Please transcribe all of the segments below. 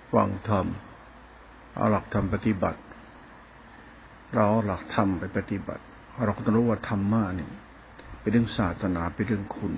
ฟังธรรมเอาหลักธรรมปฏิบัติเราเอาหลักธรรมไปปฏิบัติเราก็ต้องรู้ว่าธรรมะนี่เป็นเรื่องศาสนาเป็นเรื่องคุณ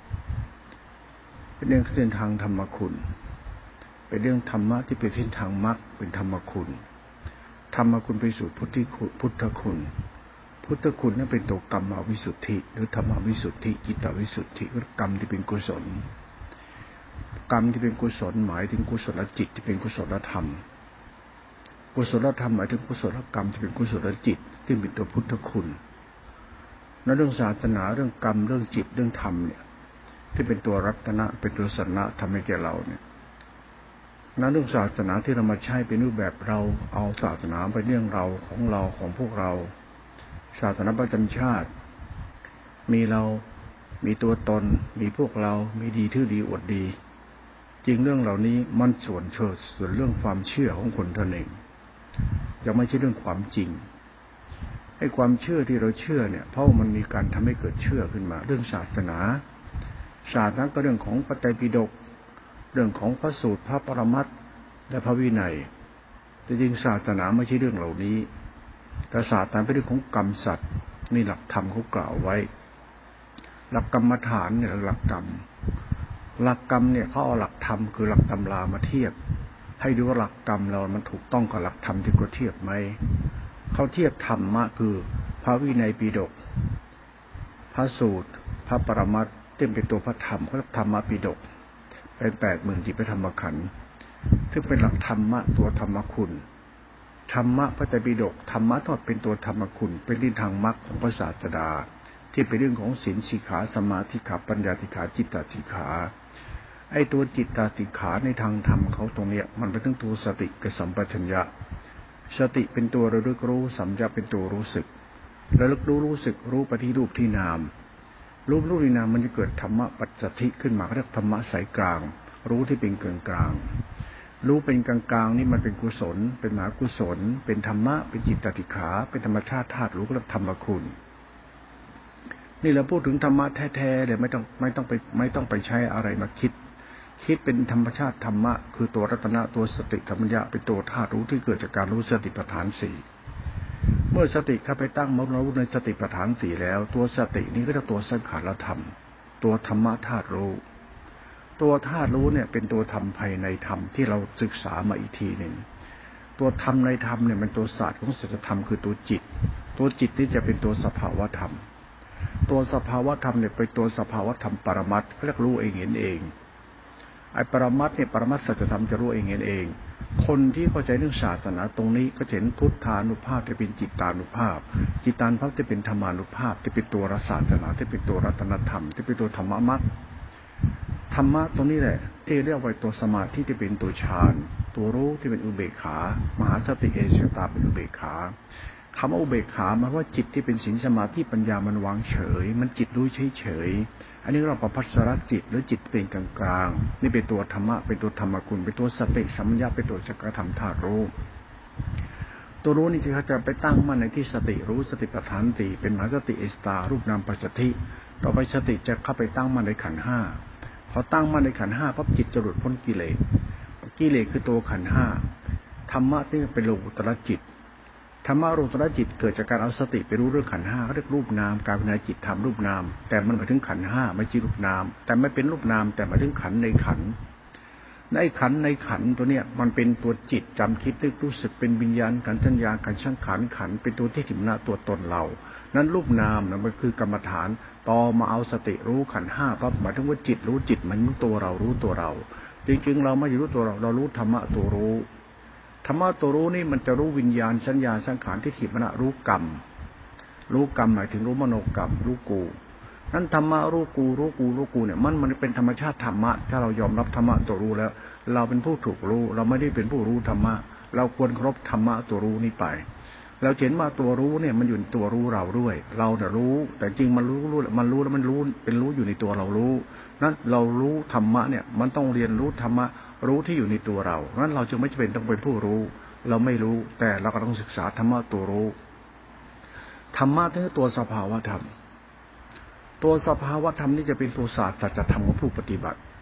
เป็นเรื่องเส้นทางธรรมคุณเป็นเรื่องธรรมะที่เป็นเส้นทางมรรคเป็นธรรมคุณธรรมคุณไปสู่พุทธิคุณพุทธคุณพุทธคุณนั่นเป็นตัวกรรมวิสุทธิหรือธรรมวิสุทธิจิตวิสุทธิคือกรรมที่เป็นกุศลกรรมที่เป็นกุศลหมายถึงกุศลจิตที่เป็นกุศลธรรมกุศลธรรมหมายถึงกุศลกรรมที่เป็นกุศลจิตที่เป็นตัวพุทธคุณในเรื่องศาสนาเรื่องกรรมเรื่องจิตเรื่องธรรมเนี่ยที่เป็นตัวรัตนะเป็นตัวสนะทำให้แก่เราเนี่ยนั้นเรื่องศาสนาที่เรามาใช้เป็นรูปแบบเราเอาศาสนาไปเรื่องเราของพวกเราศาสนาประจำชาติมีเรามีตัวตนมีพวกเรามีดีทื่อดีอวดดีจริงเรื่องเหล่านี้มันส่วนเรื่องความเชื่อของคนท่านเองยังไม่ใช่เรื่องความจริงไอ้ความเชื่อที่เราเชื่อเนี่ยเพราะมันมีการทำให้เกิดเชื่อขึ้นมาเรื่องศาสนาก็เรื่องของพระไตรปิฎกเรื่องของพระสูตรพระปรมัตถ์และพระวินัยแต่จริงศาสนาไม่ใช่เรื่องเหล่านี้แต่ศาสนาเป็นเรื่องของกรรมสัตว์นี่หลักธรรมเขากล่าวไว้หลักกรรมฐานเนี่ยหลักกรรมเนี่ยเขาเอาหลักธรรมคือหลักตำรามาเทียบให้ดูว่าหลักกรรมเรามันถูกต้องกับหลักธรรมที่เขาเทียบไหมเขาเทียบธรรมะคือพระวินัยปิฎกพระสูตรพระปรมัตถ์ที่เป็นตัวพระธรรมเขาเรียกธรรมปิฎกเป็น80,000จิตพระธรรมขันธ์ซึ่งเป็นหลักธรรมะตัวธรรมคุณธรรมะพระไตรปิฎกธรรมะทั้งหมดเป็นตัวธรรมคุณเป็นทิศทางมรรคของพระศาสดาที่เป็นเรื่องของศีลสิกขาสมาธิขาปัญญาสิกขาจิตตสิกขาไอ้ตัวจิตตสิกขาในทางธรรมเขาตรงเนี้ยมันเป็นทั้งตัวสติกับสัมปชัญญะสติเป็นตัวระลึกรู้สัมปชัญญะเป็นตัวรู้สึกระลึกรู้สึกรู้ไปที่รูปที่นามรูปที่นามมันจะเกิดธรรมะปัจจทิขึ้นมาเรียกธรรมะสายกลางรู้ที่เป็นกลางรู้เป็นกลางนี่มันเป็นกุศลเป็นมหากุศลเป็นธรรมะเป็นจิตตสิกขาเป็นธรรมชาติธาตุรู้ก็เรียกธรรมคุณนี่เราพูดถึงธรรมะแท้ๆเลยไม่ต้องไปใช้อะไรมาคิดเป็นธรรมชาติธรรมะคือตัวรัตนะตัวสติธรรมญะเป็นตัวธาตุรู้ที่เกิดจากการรู้สติปัฏฐาน4เมื่อสติเข้าไปตั้งมั่นรู้ในสติปัฏฐาน4แล้วตัวสตินี้ก็จะตัวสังขารธรรมตัวธรรมะธาตุรู้ตัวธาตุรู้เนี่ยเป็นตัวธรรมภายในธรรมที่เราศึกษามาอีกทีหนึ่งตัวธรรมในธรรมเนี่ยมันตัวศาสตร์ของศีลธรรมคือตัวจิตนี่จะเป็นตัวสภาวธรรมตัวสภาวธรรมเนี่ยเป็นตัวสภาวธรรมปรมัตถ์เขาเรียกรู้เองเห็นเองไอ้ปรมัตถ์เนี่ยปรมัตถ์สัจธรรมจะรู้เองเห็นเองคนที่เข้าใจเรื่องศาสนาตรงนี้ก็เห็นพุทธานุภาพจะเป็นจิตานุภาพจิตานุภาพจะเป็นธรรมานุภาพจะเป็นตัวศาสนาจะเป็นตัวรัตนธรรมจะเป็นตัวธรรมมรรคธรรมะตรงนี้แหละที่เรียกว่าตัวสมาธิที่เป็นตัวฌานตัวรู้ที่เป็นอุเบกขามหาสติเอเชตาเป็นอุเบกขาคำว่าอุเบกขาหมายว่าจิตที่เป็นศีลสมาธิปัญญามันวางเฉยมันจิตรู้เฉยอันนี้เราประภัสสรจิตหรือจิตเป็นกลางๆนี่เป็นตัวธรรมะเป็นตัวธรรมกุลเป็นตัวสติสัมปชัญญะเป็นตัวจักรธรรมธาตุรู้ตัวรู้นี่เขาจะไปตั้งมั่นในที่สติรู้สติปัฏฐานสี่เป็นมหาสติเอสตารูปนามปัจจทิต่อไปสติจะเข้าไปตั้งมั่นในขันธ์ห้าพอตั้งมั่นในขันธ์ห้าปั๊บจิตจะหลุดพ้นกิเลสคือตัวขันธ์ห้าธรรมะที่เป็นโลกุตระจิตธรรมะโลกุตระจิตเกิดจากการเอาสติไปรู้เรื่องขันธ์ห้าเรียกรูปนามการพิจารณาจิตธรรมรูปนามแต่มันหมายถึงขันธ์ห้าไม่ใช่รูปนามแต่ไม่เป็นรูปนามแต่หมายถึงขันธ์ในขันธ์ในขันธ์ตัวเนี้ยมันเป็นตัวจิตจำคิดนึกรู้สึกเป็นวิญญาณขันธ์สัญญาขันธ์สังขารขันธ์เป็นตัวที่ถิมนะตัวตนเรานั้นรูปนามนะมันคือกรรมฐานต่อมาเอาสติรู้ขันธ์ห้าปั๊บหมายถึงว่าจิตรู้จิตมันรู้ตัวเราจริงๆเราไม่รู้ตัวเรารู้ธรรมะตัวรู้ธรรมะตัวรู้นี่มันจะรู้วิญญาณสัญญาสังขารที่ถิมนะรู้กรรมหมายถึงรู้มโนกรรมรู้กูนั้นธรรมะรู้กูเนี่ยมันเป็นธรรมชาติธรรมะถ้าเรายอมรับธรรมะตัวรู้แล้วเราเป็นผู้ถูกรู้เราไม่ได้เป็นผู้รู้ธรรมะเราควรเคารพธรรมะตัวรู้นี้ไปเราเห็นว่าตัวรู้เนี่ยมันอยู่ในตัวรู้เราด้วยเราเนี่ยรู้แต่จริงมันรู้แล้วมันรู้เป็นรู้อยู่ในตัวเรารู้นั้นเรารู้ธรรมะเนี่ยมันต้องเรียนรู้ธรรมะรู้ที่อยู่ในตัวเรานั้นเราจึงไม่จำเป็นต้องเป็นผู้รู้เราไม่รู้แต่เราก็ต้องศึกษาธรรมะตัวรู้ธรรมะคือตัวสภาวธรรมนี่จะเป็นตัวศาสตร์สัจธรรมของผู้ปฏิบัติ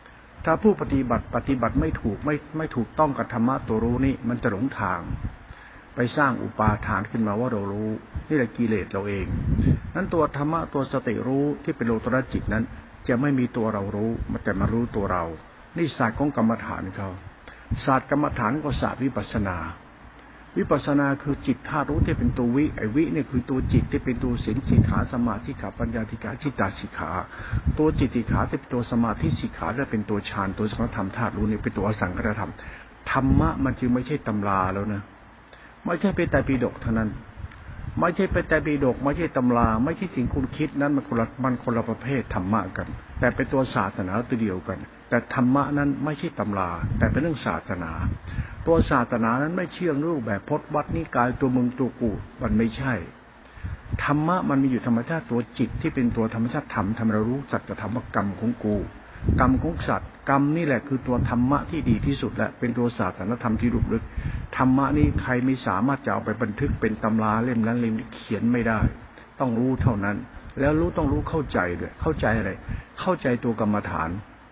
ถ้าผู้ปฏิบัติไม่ถูกไม่ถูกต้องกับธรรมะตัวรู้นี่มันจะหลงทางไปสร้างอุปาทานขึ้นมาว่าเรารู้นี่แหละกิเลสเราเองนั้นตัวธรรมะตัวสติรู้ที่เป็นโลตระจิตนั้นจะไม่มีตัวเรารู้แต่มารู้ตัวเรานี่ศาสตร์ของกรรมฐานเขาศาสตร์กรรมฐานก็ศาสตร์วิปัสสนาวิปัสสนาคือจิตธาตุรู้ที่เป็นตัววิไอวิเนี่ยคือตัวจิตที่เป็นตัวศีลสิกขาสมาธิขาปัญญาสิกขาจิตตสิกขาตัวจิตสิกขาที่เป็นตัวสมาธิสิกขาและเป็นตัวฌานตัวสังขารธรรมธาตุรู้นี่เป็นตัวอสังขารธรรมธรรมะมันจึงไม่ใช่ตำราแล้วนะไม่ใช่เป็นไตรปิฎกเท่านั้นไม่ใช่เป็นไตรปิฎกไม่ใช่ตำราไม่ใช่สิ่งคุณคิดนั้นมันคนละประเภทธรรมะกันแต่เป็นตัวศาสนาตัวเดียวกันแต่ธรรมะนั้นไม่ใช่ตำราแต่เป็นเรื่องศาสนาตัวศาสนานั้นไม่เชื่องรูปแบบพจน์วัดนิกายตัวมึงตัวกูมันไม่ใช่ธรรมะมันมีอยู่ธรรมชาติตัวจิตที่เป็นตัวธรรมชาติธรรมทำเรารู้สัจธรรมกรรมของกูกรรมของสัตว์กรรมนี่แหละคือตัวธรรมะที่ดีที่สุดและเป็นตัวศาสนธรรมที่ลึกลึกธรรมะนี้ใครไม่สามารถจะเอาไปบันทึกเป็นตำราเล่มนั้นเล่มนี้เขียนไม่ได้ต้องรู้เท่านั้นแล้วรู้ต้องรู้เข้าใจด้วยเข้าใจอะไรเข้าใจตัวกรรมฐาน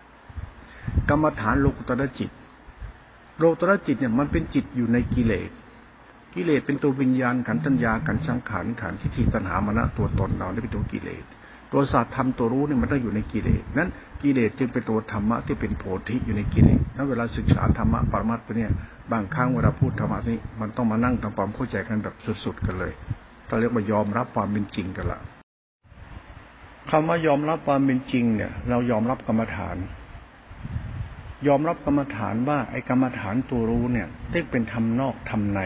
โลกุตตรจิตโลกุตตรจิตเนี่ยมันเป็นจิตอยู่ในกิเลสเป็นตัววิญญาณขันธ์สัญญาขันธ์สังขารขันธ์ทิฏฐิตัณหามานะตัวตนเราได้เป็นตัวกิเลสตัวศาสตร์ธรรมตัวรู้เนี่ยมันต้องอยู่ในกิเลสนั้นกิเลสจึงเป็นตัวธรรมะที่เป็นโพธิอยู่ในกิเลสนั้นเวลาศึกษาธรรมะปรมัตถ์เนี่ยบางครั้งเวลาพูดธรรมะนี่มันต้องมานั่งทำความเข้าใจกันแบบสุดๆกันเลยเราเรียกว่ายอมรับความเป็นจริงกันละคำว่ายอมรับความเป็นจริงเนี่ยเรายอมรับกรรมฐานว่าไอ้กรรมฐานตัวรู้เนี่ยที่เป็นธรรมนอกธรรมใน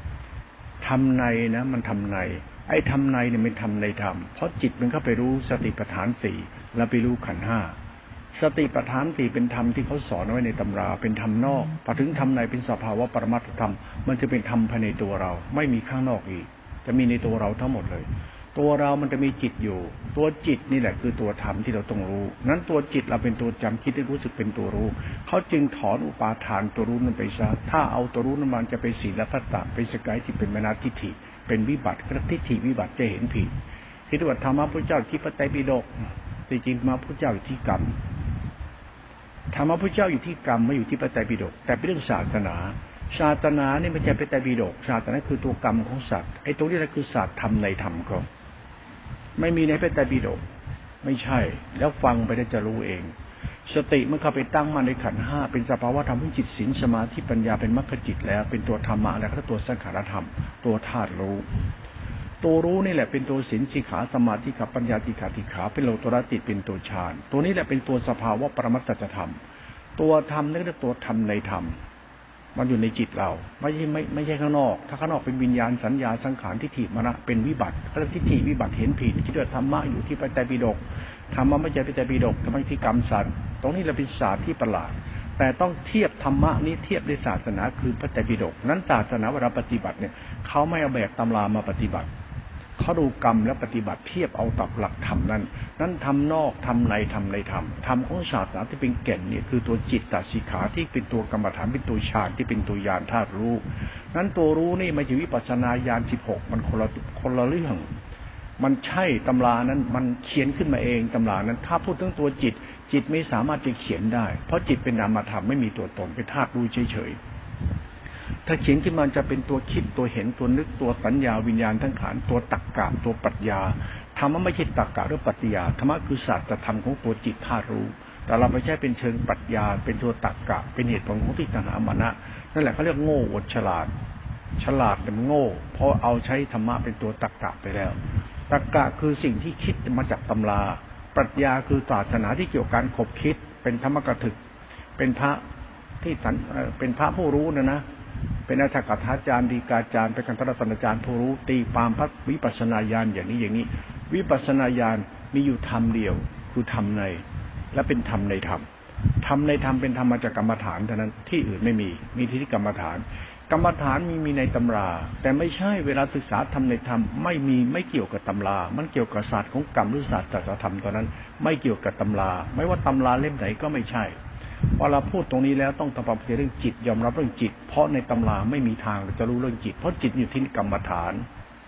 นะมันทำในไอ้ทำในเนี่ยมันทำในธรรมเพราะจิตมันเข้าไปรู้สติปัฏฐานสี่แล้วไปรู้ขันธ์ห้าสติปัฏฐานสี่เป็นธรรมที่เขาสอนไว้ในตำราเป็นธรรมนอกพอถึงธรรมในเป็นสภาวะปรมัตถธรรมมันจะเป็นธรรมภายในตัวเราไม่มีข้างนอกอีกจะมีในตัวเราทั้งหมดเลยตัวเรามันจะมีจิตอยู่ตัวจิตนี่แหละคือตัวธรรมที่เราต้องรู้นั้นตัวจิตเราเป็นตัวจำคิดได้รู้สึกเป็นตัวรู้เขาจึงถอนอุปาทานตัวรู้นั้นไปซะถ้าเอาตัวรู้นั้นมันจะไปศีลพัตตะไปสกายที่เป็นมนาทิฏฐิเป็นวิบัติกระทิฏฐิวิบัติจะเห็นผิดคิดว่าธรรมะพระเจ้าที่พระไตรปิฎกจริงๆมาพระเจ้าอยู่ที่กรรมธรรมะพระเจ้าอยู่ที่กรรมไม่อยู่ที่พระไตรปิฎกแต่เป็นเรื่องศาสนานี่ไม่ใช่พระไตรปิฎกศาสนาคือตัวกรรมของสัตว์ไอ้ตรงนี้แหละคือศาสตร์ธรรมในธรรมเขาไม่มีในพระไตรปิฎกไม่ใช่แล้วฟังไปได้จะรู้เองสติเมื่อเข้าไปตั้งมั่นในขันธ์ห้าเป็นสภาวะธรรมที่จิตศีลสมาธิปัญญาเป็นมรรคจิตแล้วเป็นตัวธรรมะแล้วก็ตัวสังขารธรรมตัวธาตุรู้ตัวรู้นี่แหละเป็นตัวศีลสิกขาสมาธิขาปัญญาติขาเป็นโลกุตตรจิตเป็นตัวฌานตัวนี้แหละเป็นตัวสภาวะปรมัตถธรรมตัวธรรมนี่เรียกตัวธรรมในธรรมมันอยู่ในจิตเราไม่ใช่ข้างนอกถ้าข้างนอกเป็นวิญญาณสัญญาสังขารทิฏฐิมรณะเป็นวิบัติก็ทิฏฐิวิบัติเห็นผิดคิดว่าธรรมะอยู่ที่พระไตรปิฎกธรรมะไม่ใช่พระไตรปิฎกธรรมะที่กรรมสัตว์ตรงนี้เราเป็นศาสตร์ที่ประหลาดแต่ต้องเทียบธรรมะนี้เทียบด้วยศาสนาคือพระไตรปิฎกนั้นศาสนาเวลาปฏิบัติเนี่ยเขาไม่เอาแบบตำรามาปฏิบัติเขาดูกรรมและปฏิบัติเทียบเอาตับหลักธรรมนั้นทำนอกทำในทำของศาสนาที่เป็นแก่นเนี่ยคือตัวจิตตสิกขาที่เป็นตัวกรรมฐานเป็นตัวฌานที่เป็นตัวญาณธาตุรู้นั้นตัวรู้นี่ไม่ใช่วิปัสสนาญาณ16มันคนละเรื่องมันใช่ตำรานั้นมันเขียนขึ้นมาเองตำรานั้นถ้าพูดถึงตัวจิตไม่สามารถจะเขียนได้เพราะจิตเป็นนามธรรมไม่มีตัวตนเป็นธาตุรู้เฉยถ้าเขียนขึ้นมาจะเป็นตัวคิดตัวเห็นตัวนึกตัวสัญญาวิญญาณทั้งขานตัวตรรกะตัวปรัชญาธรรมะไม่ใช่ตรรกะหรือปรัชญาธรรมะคือศาสตร์ธรรมของตัวจิตธาตุรู้แต่เราไม่ใช่เป็นเชิงปรัชญาเป็นตัวตรรกะเป็นเหตุผลของที่ตัณหามานะนั่นแหละเขาเรียกโง่อดฉลาดแต่มันโง่เพราะเอาใช้ธรรมะเป็นตัวตรรกะไปแล้วตรรกะคือสิ่งที่คิดมาจากตำราปรัชญาคือศาสนาที่เกี่ยวกับการขบคิดเป็นธรรมกถึกเป็นพระที่เป็นพระผู้รู้นะเป็นอัฏฐกถาจารย์ฎีกาจารย์เป็นกันตรัตนาจารย์ผู้รู้ตีความพระวิปัสสนาญาณอย่างนี้วิปัสสนาญาณมีอยู่ธรรมเดียวคือธรรมในและเป็นธรรมในธรรมเป็นธรรมมาจากกรรมฐานเท่านั้นที่อื่นไม่มีที่กรรมฐานมีในตำราแต่ไม่ใช่เวลาศึกษาธรรมในธรรมไม่เกี่ยวกับตำรามันเกี่ยวกับศาสตร์ของกรรมหรือศาสตร์ธรรมตอนนั้นไม่เกี่ยวกับตำราไม่ว่าตำราเล่มไหนก็ไม่ใช่พอเราพูดตรงนี้แล้วต้องทำความเข้าใจเรื่องจิตยอมรับเรื่องจิตเพราะในตำราไม่มีทางเราจะรู้เรื่องจิตเพราะจิตอยู่ที่กรรมฐาน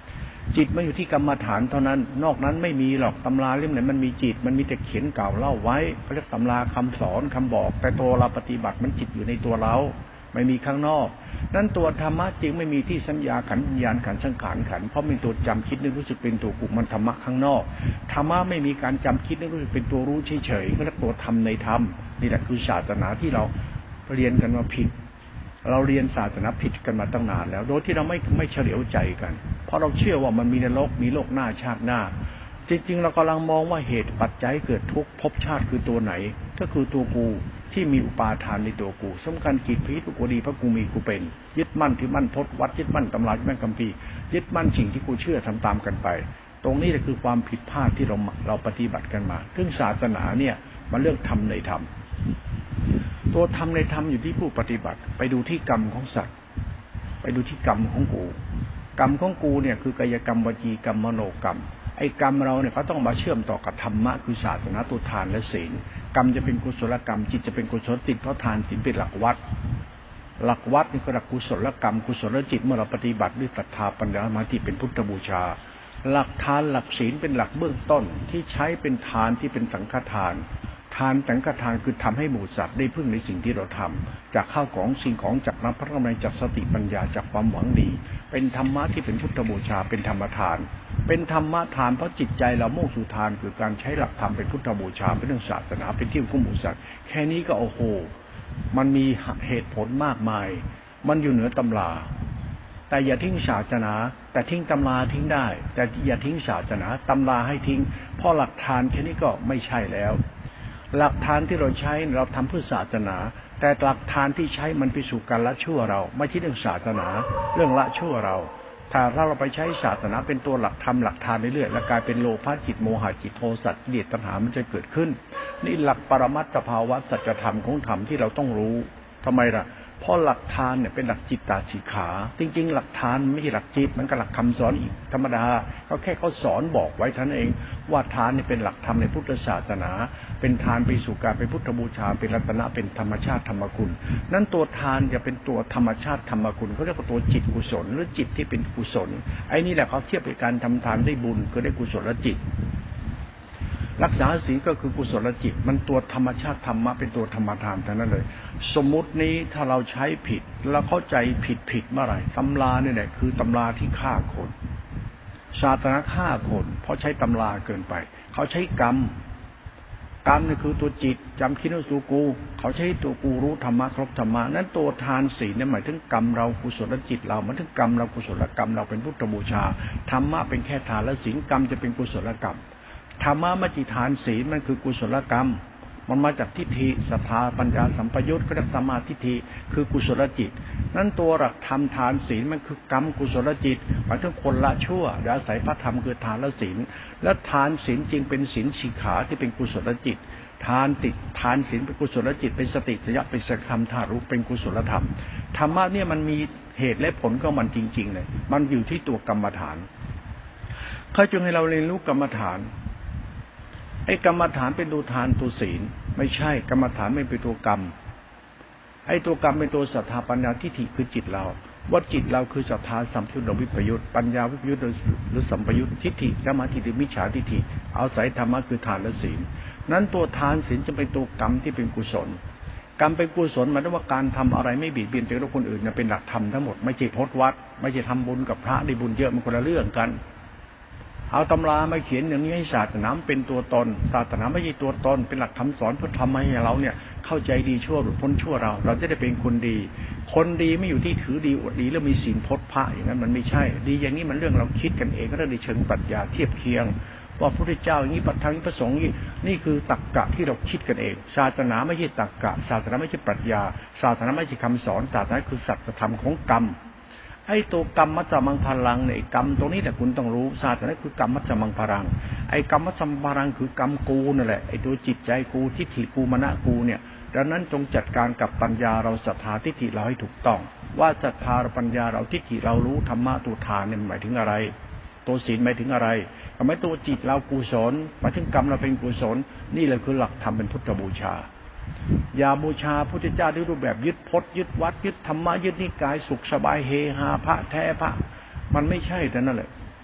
จิตมันอยู่ที่กรรมฐานเท่านั้นนอกนั้นไม่มีหรอกตำราเล่มไหนมันมีจิตมันมีแต่เขียนกล่าวเล่าไว้เขาเรียกตำราคำสอนคำบอกแต่ตัวเราปฏิบัติมันจิตอยู่ในตัวเราไม่มีข้างนอกนั้นตัวธรรมะจริงไม่มีที่สัญญาขันธ์วิญญาณขันธ์สังขารขันธ์เพราะเป็นตัวจำคิดนึกรู้สึกเป็นตัวกูมันธรรมะข้างนอกธรรมะไม่มีการจำคิดนึกรู้สึกเป็นตัวรู้เฉยๆเขาเรียกตัวธรรมในธรรมนี่แหละคือศาสนาที่เราเรียนกันมาผิดเราเรียนศาสนาผิดกันมาตั้งนานแล้วโดยที่เราไม่เฉลียวใจกันเพราะเราเชื่อว่ามันมีนรกมีโลกหน้าชาติหน้าจริงๆเรากำลังมองว่าเหตุปัจจัยเกิดทุกข์ภพชาติคือตัวไหนก็คือตัวกูที่มีอุปาทานในตัวกูสำคัญกิจพิษกูดีเพราะกูมีกูเป็นยึดมั่นถือมั่นพจน์วัดยึดมั่นตำรายึดมั่นคัมภีร์ยึดมั่นสิ่งที่กูเชื่อทำตามกันไปตรงนี้แหละคือความผิดพลาดที่เราปฏิบัติกันมาซึ่งศาสนาเนี่ยมันเรื่องธรรมในธรรมตัวธรรมในธรรมอยู่ที่ผู้ปฏิบัติไปดูที่กรรมของสัตว์ไปดูที่กรรมของกูกรรมของกูเนี่ยคือกายกรรมวจีกรรมมโนกรรมไอ้กรรมเราเนี่ยเขาต้องมาเชื่อมต่อกับธรรมะคือศาสนาตัวทานและศีลกรรมจะเป็นกุศลกรรมจิตจะเป็นกุศลจิตเพราะทานศีลเป็นหลักวัดนี่คือหลักกุศลกรรมกุศลจิตเมื่อเราปฏิบัติด้วยศรัทธาปัญญาสมาธิเป็นพุทธบูชาหลักทานหลักศีลเป็นหลักเบื้องต้นที่ใช้เป็นทานที่เป็นสังฆทานทานสังฆทานคือทำให้หมู่สัตว์ได้พึ่งในสิ่งที่เราทำจากข้าวของสิ่งของจากน้ำพระกำลังจากสติปัญญาจากความหวังดีเป็นธรรมะที่เป็นพุทธบูชาเป็นธรรมทานเป็นธรรมะทานเพราะจิตใจเรามุ่งสู่ทานคือการใช้หลักธรรมเป็นพุทธบูชาเป็นเรื่องศาสนาเป็นที่คุ้มหมู่สัตว์แค่นี้ก็โอ้โหมันมีเหตุผลมากมายมันอยู่เหนือตำราแต่อย่าทิ้งศาสนาแต่ทิ้งตำราทิ้งได้แต่อย่าทิ้งศาสนาตำราให้ทิ้งเพราะหลักทานแค่นี้ก็ไม่ใช่แล้วหลักทานที่เราใช้เราทำเพื่อศาสนาแต่หลักทานที่ใช้มันไปสู่การละชั่วเราไม่ใช่เรื่องศาสนาเรื่องละชั่วเราถ้าเราไปใช้ศาสนาเป็นตัวหลักธรรมหลักทานเรื่อยๆแล้วกลายเป็นโลภะจิตโมหะจิตโทสะกิเลสตัณหามันจะเกิดขึ้นนี่หลักปรมัตถภาวะสัจธรรมของธรรมที่เราต้องรู้ทำไมล่ะเพราะหลักทานเนี่ยเป็นหลักจิตตาสิกขาจริงๆหลักทานไม่ใช่หลักจิตมันก็หลักคำสอนอีกธรรมดาเขาแค่เขาสอนบอกไว้เท่านั้นเองว่าทานเนี่ยเป็นหลักธรรมในพุทธศาสนาเป็นทานไปสู่การเป็นพุทธบูชาเป็นรัตนะเป็นธรรมชาติธรรมคุณนั้นตัวทานจะเป็นตัวธรรมชาติธรรมคุณเขาเรียกว่าตัวจิตกุศลหรือจิตที่เป็นกุศลไอ้นี่แหละเขาเทียบกับการทำทานได้บุญก็ได้กุศลจิตรักษาศีลก็คือกุศลจิตมันตัวธรรมชาติธรรมะเป็นตัวธรรมทานทั้งนั้นเลยสมมุตินี้ถ้าเราใช้ผิดแล้วเข้าใจผิดเมื่อไหร่ตำราเนี่ยแหละคือตำราที่ฆ่าคนศาสนาฆ่าคนเพราะใช้ตำราเกินไปเขาใช้กรรมนี่คือตัวจิตจำคิดว่าตัวกูเขาใช้ตัวกูรู้ธรรมะครบธรรมะนั้นตัวทานศีลเนี่ยหมายถึงกรรมเรากุศลจิตเราหมายถึงกรรมเรากุศลกรรมเราเป็นพุทธบูชาธรรมะเป็นแค่ทานและศีลกรรมจะเป็นกุศลกรรมธรรมะมจิทานศีลมันคือกุศลกรรมมันมาจากทิฏฐิศรัทธาปัญญาสัมปยุตก็เรียกสัมมาทิฏฐิคือกุศลจิตนั้นตัวหลักธรรมทานศีลมันคือกรรมกุศลจิตหมายถึงคนละชั่วโดยอาศัยพระธรรมคือทานและศีลและทานศีลจริงเป็นศีลสิกขาที่เป็นกุศลจิตทานศีลเป็นกุศลจิตเป็นสติสัมปชัญญะเป็นสังฆธรรมธาตุเป็นกุศลธรรมธรรมะเนี่ยมันมีเหตุและผลของมันจริงๆเลยมันอยู่ที่ตัวกรรมฐานเขาจึงให้เราเรียนรู้กรรมฐานไอ้กรรมฐานเป็นตัวทานตัวศีลไม่ใช่กรรมฐานไม่เป็นตัวกรรมไอ้ตัวกรรมเป็นตัวศรัทธาปัญญาทิฏฐิคือจิตเราว่าจิตเราคือศรัทธาสัมพุทธวิปยุตปัญญาวิปยุตหรือสัมปยุตทิฏฐิสมาธิหรือมิจฉาทิฏฐิเอาศัยธรรมะคือทานและศีลนั้นตัวทานศีลจะเป็นตัวกรรมที่เป็นกุศลกรรมเป็นกุศลหมายถึงว่าการทำอะไรไม่เบียดเบียนตัวคนอื่นเป็นหลักธรรมทั้งหมดไม่ใช่พจน์วัดไม่ใช่ทำบุญกับพระได้บุญเยอะมันคนละเรื่องกันเอาตำรามาเขียนอย่างนี้ให้ศาสนาเป็นตัวตนศาสนาไม่ใช่ตัวตนเป็นหลักคำสอนเพื่อทำให้เราเนี่ยเข้าใจดีชั่วหลุดพ้นชั่วเราจะได้เป็นคนดีคนดีไม่อยู่ที่ถือดีอวดดีแล้วมีศีลพจน์พระอย่างนั้นมันไม่ใช่ดีอย่างนี้มันเรื่องเราคิดกันเองก็ได้ในเชิงปรัชญาเทียบเคียงว่าพระพุทธเจ้าอย่างนี้ประทังพระสงฆ์นี่คือตรรกะที่เราคิดกันเองศาสนาไม่ใช่ตรรกะศาสนาไม่ใช่ปรัชญาศาสนาไม่ใช่คำสอนศาสนาคือสัจธรรมของกรรมไอ้ตัวกรรมมัจจมังพลังเนี่ยกรรมตรงนี้แต่คุณต้องรู้ศาสตร์นั่นคือกรรมมัจจมังพลังไอ้กรรมมัจจมังพลังคือกรรมกูนั่นแหละไอ้ตัวจิตใจกูทิฏฐิกูมนะกูเนี่ยดังนั้นจงจัดการกับปัญญาเราศรัทธาทิฏฐิเราให้ถูกต้องว่าศรัทธาปัญญาเราทิฏฐิเรารู้ธรรมะตัวทานเนี่ยหมายถึงอะไรตัวศีลหมายถึงอะไรทำไมตัวจิตเรากุศลหมายถึงกรรมเราเป็นกุศลนี่แหละคือหลักธรรมเป็นพุทธบูชาอย่าบูชาพุทธเจ้าด้วยรูปแบบยึดพจน์ยึดวัดยึดธรรมะยึดนิกายสุขสบายเฮฮาพระแท้พระมันไม่ใช่แต่นั่นแหละ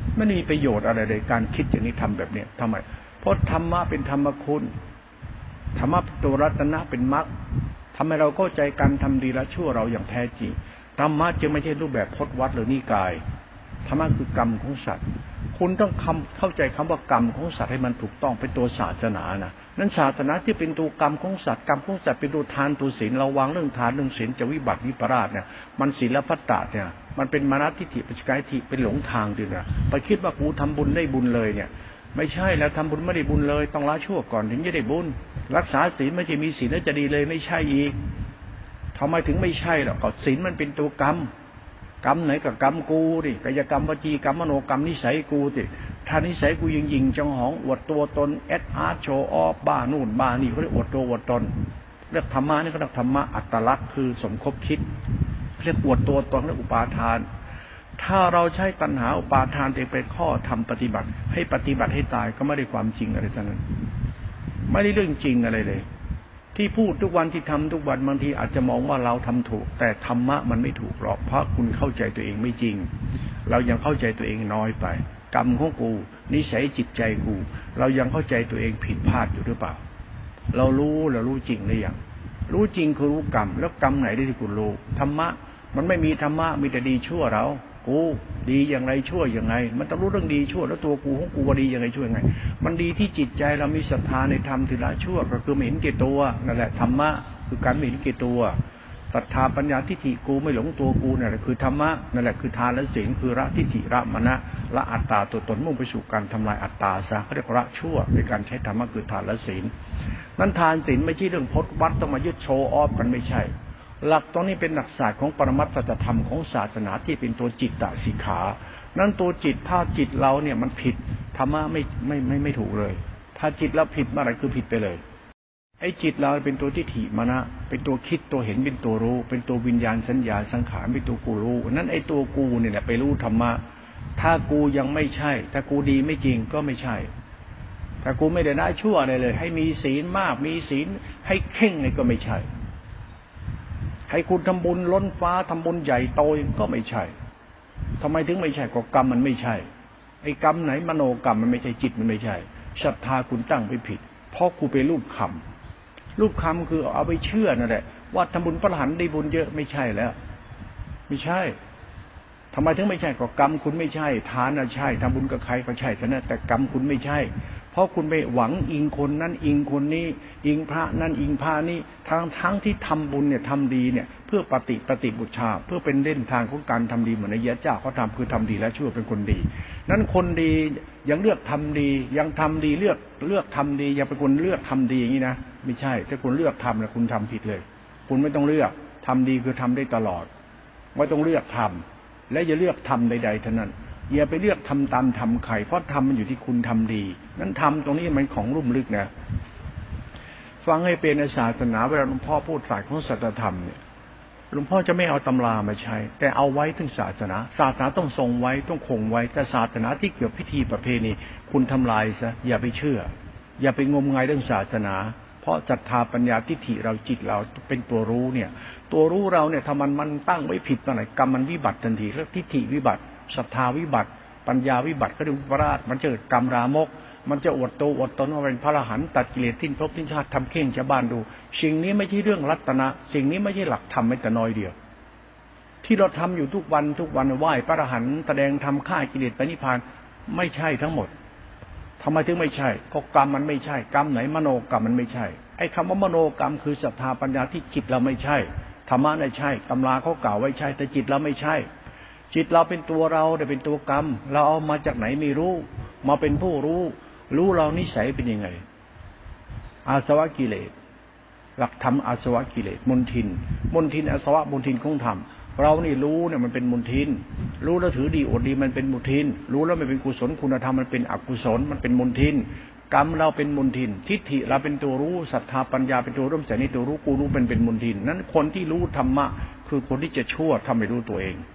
ไม่มีประโยชน์อะไรเลยการคิดอย่างนี้ทำแบบเนี้ยทำไมเพราะธรรมะเป็นธรรมคุณธรรมะเป็นตัวรัตนะเป็นมรรคทำให้เราเข้าใจการทำดีและชั่วเราอย่างแท้จริงธรรมะจึงไม่ใช่รูปแบบพจน์วัดหรือนิกายธรรมะคือกรรมของสัตว์คุณต้องเข้าใจคำว่ากรรมของสัตว์ให้มันถูกต้องเป็นตัวศาสนานะนั้นศาสนาที่เป็นตัวกรรมของสัตว์กรรมของสัตว์เป็นตัวทานตัวศีลเราวางเรื่องทานเรื่องศีลจะวิบัติวิปราชเนี่ยมันศีลพัตตะเนี่ยมันเป็นมานะทิฏฐิปัจจัยทิฏฐิเป็นหลงทางด้วยนะไปคิดว่ากูทำบุญได้บุญเลยเนี่ยไม่ใช่แล้วทำบุญไม่ได้บุญเลยต้องละชั่วก่อนถึงจะได้บุญรักษาศีลไม่ใช่มีศีลแล้วจะดีเลยไม่ใช่อีกทำไมถึงไม่ใช่หรอกก็ศีลมันเป็นตัวกรรมกรรมไหนกับกรรมกูดิกายกรรมวจีกรรมมโนกรรมนิสัยกูดิถ้านิสัยกูยิงจังหองอวดตัวตนแอดอาร์ตโชว์ออฟบ้านู่นบ้านี่เขาเรียกอวดตัวอวดตนเรียกธรรมะนี่เขาเรียกธรรมะอัตลักษณ์คือสมคบคิดเรียกอวดตัวตนเรียกอุปาทานถ้าเราใช้ตัณหาอุปาทานเป็นข้อทำปฏิบัติให้ปฏิบัติให้ตายก็ไม่ได้ความจริงอะไรทั้งนั้นไม่ได้เรื่องจริงอะไรเลยที่พูดทุกวันที่ทำทุกวันบางทีอาจจะมองว่าเราทำถูกแต่ธรรมะมันไม่ถูกหรอกเพราะคุณเข้าใจตัวเองไม่จริงเรายังเข้าใจตัวเองน้อยไปกรรมของกูนิสัยจิตใจกูเรายังเข้าใจตัวเองผิดพลาดอยู่หรือเปล่าเรารู้จริงหรือยังรู้จริงคือรู้กรรมแล้วกรรมไหนที่คุณรู้ธรรมะมันไม่มีธรรมะมีแต่ดีชั่วเรากูดีอย่างไรชั่วอย่างไงมันต้องรู้เรื่องดีชั่วแล้วตัวกูของกูว่าดีอย่างไรชั่วยังไงมันดีที่จิตใจเรามีศรัทธาในธรรมที่ละชั่วก็คือไม่เห็นแก่ตัวนั่นแหละธรรมะคือการไม่เห็นแก่ตัวศรัทธาปัญญาทิฏฐิกูไม่หลงตัวกูนั่นแหละคือธรรมะนั่นแหละคือทานและศีลคือละทิฏฐิละมณะละอัตตาตัวตนมุ่งไปสู่การทำลายอัตตาซะเขาเรียกละชั่วในการใช้ธรรมะคือทานและศีลนั้นทานศีลไม่ใช่เรื่องพจน์วัดต้องมายึดโชว์ออฟกันไม่ใช่หลักตรงนี้เป็นหลักศาสตร์ของปรมัตถธรรมของศาสนาที่เป็นตัวจิตตสิกขานั้นตัวจิตถ้าจิตเราเนี่ยมันผิดธรรมะไม่ถูกเลยถ้าจิตเราผิดเมื่อไหร่คือผิดไปเลยไอ้จิตเราเป็นตัวทิฏฐิมานะเป็นตัวคิดตัวเห็นเป็นตัวรู้เป็นตัววิญญาณสัญญาสังขารเป็นตัวกูรู้นั้นไอ้ตัวกูเนี่ยแหละไปรู้ธรรมะถ้ากูยังไม่ใช่ถ้ากูดีไม่จริงก็ไม่ใช่ถ้ากูไม่ได้น่าชั่วอะไรเลยให้มีศีลมากมีศีลให้เข่งนี่ก็ไม่ใช่ให้คุณทำบุญล้นฟ้าทำบุญใหญ่โตก็ไม่ใช่ทำไมถึงไม่ใช่ก็กรรมมันไม่ใช่ไอ้กรรมไหนมโนกรรมมันไม่ใช่จิตมันไม่ใช่ศรัทธาคุณตั้งไปผิดเพราะกูไปรูปคำคือเอาไปเชื่อนั่นแหละว่าทำบุญพระอรหันต์ได้บุญเยอะไม่ใช่แล้วไม่ใช่ทำไมถึงไม่ใช่ก็กรรมคุณไม่ใช่ทานน่ะใช่ทำบุญกับใครก็ใช่แต่กรรมคุณไม่ใช่เพราะคุณไปหวังอิงคนนั้นอิงคนนี้อิงพระนั้นอิงพระนี้ทั้งที่ทำบุญเนี่ยทำดีเนี่ยเพื่อปฏิบูชาเพื่อเป็นเล่นทางของการทำดีเหมือนในยะเจ้าเขาทำคือทำดีและชั่วเป็นคนดีนั้นคนดียังเลือกทำดียังทำดีเลือกทำดียังเป็นคนเลือกทำดีอย่างนี้นะไม่ใช่ถ้าคุณเลือกทำแล้วคุณทำผิดเลยคุณไม่ต้องเลือกทำดีคือทำได้ตลอดไม่ต้องเลือกทำและอย่าเลือกทำใดๆเท่านั้นอย่าไปเลือกทำตามทำใครเพราะทำมันอยู่ที่คุณทำดีนั้นทำตรงนี้มันของลุ่มลึกนะฟังให้เป็นศาสนาเวลาหลวงพ่อพูดฝ่ายของสัจธรรมเนี่ยหลวงพ่อจะไม่เอาตำรามาใช้แต่เอาไว้ถึงศาสนาต้องทรงไว้ต้องคงไว้แต่ศาสนาที่เกี่ยวพิธีประเพณีคุณทำลายซะอย่าไปเชื่ออย่าไปงมงายเรื่องศาสนาเพราะศรัทธาปัญญาทิฏฐิเราจิตเราเป็นตัวรู้เนี่ยตัวรู้เราเนี่ยถ้ามันตั้งไว้ผิดตรงไหนกรรมมันวิบัติทันทีแล้วทิฏฐิวิบัติศรัทธาวิบัติปัญญาวิบัติก็เรียกว่าราชมันจะเกิดกรรมรามกมันจะอวดตัวอวดตนว่าเป็นพระอรหันต์ตัดกิเลสทิ้งภพทิ้งชาติทำเข่งชาวบ้านดูสิ่งนี้ไม่ใช่เรื่องรัตนะสิ่งนี้ไม่ใช่หลักธรรมแม้แต่น้อยเดียวที่เราทำอยู่ทุกวันไหว้พระอรหันต์แสดงทำฆ่ากิเลสไปนิพพานไม่ใช่ทั้งหมดทำไมถึงไม่ใช่ก็กรรมมันไม่ใช่กรรมไหนมโนกรรมมันไม่ใช่ไอ้คำว่ามโนกรรมคือศรัทธาปัญญาที่จิตเราไม่ใช่ธรรมะไม่ใช่ตำราเขากล่าวไว้ใช่แต่จิตเราไม่ใช่จิตเราเป็นตัวเราแต่เป็นตัวกรรมเราเอามาจากไหนไม่รู้มาเป็นผู้รู้เรานิสัยเป็นยังไงอาสวะกิเลสหลักธรรมอาสวะกิเลสมลทินอาสวะมลทินของธรรมเรานี่รู้เนี่ยมันเป็นมลทินรู้แล้วถือดีอดดีมันเป็นมลทินรู้แล้วไม่เป็นกุศลคุณธรรมมันเป็นอกุศลมันเป็นมลทินกรรมเราเป็นมลทินทิฏฐิเราเป็นตัวรู้ศรัทธาปัญญาเป็นตัวร่วมใจในตัวรู้กูรู้เป็นมลทินนั้นคนที่รู้ธรรมะคือคนที่จะชั่วทำไม่รู้ตัวเอง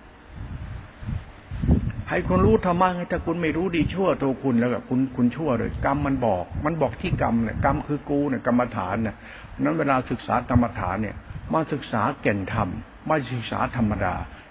ให้คุณรู้ธรรมะถ้าคุณไม่รู้ดีชั่วตัวคุณแล้วแบบคุณชั่วเลยกรรมมันบอกที่กรรมเนี่ยกรรมคือกูเนี่ยกรรมฐานเนี่ยนั้นเวลาศึกษากรรมฐานเนี่ยมาศึกษาแก่นธรรมไม่ศึกษาธรรมดา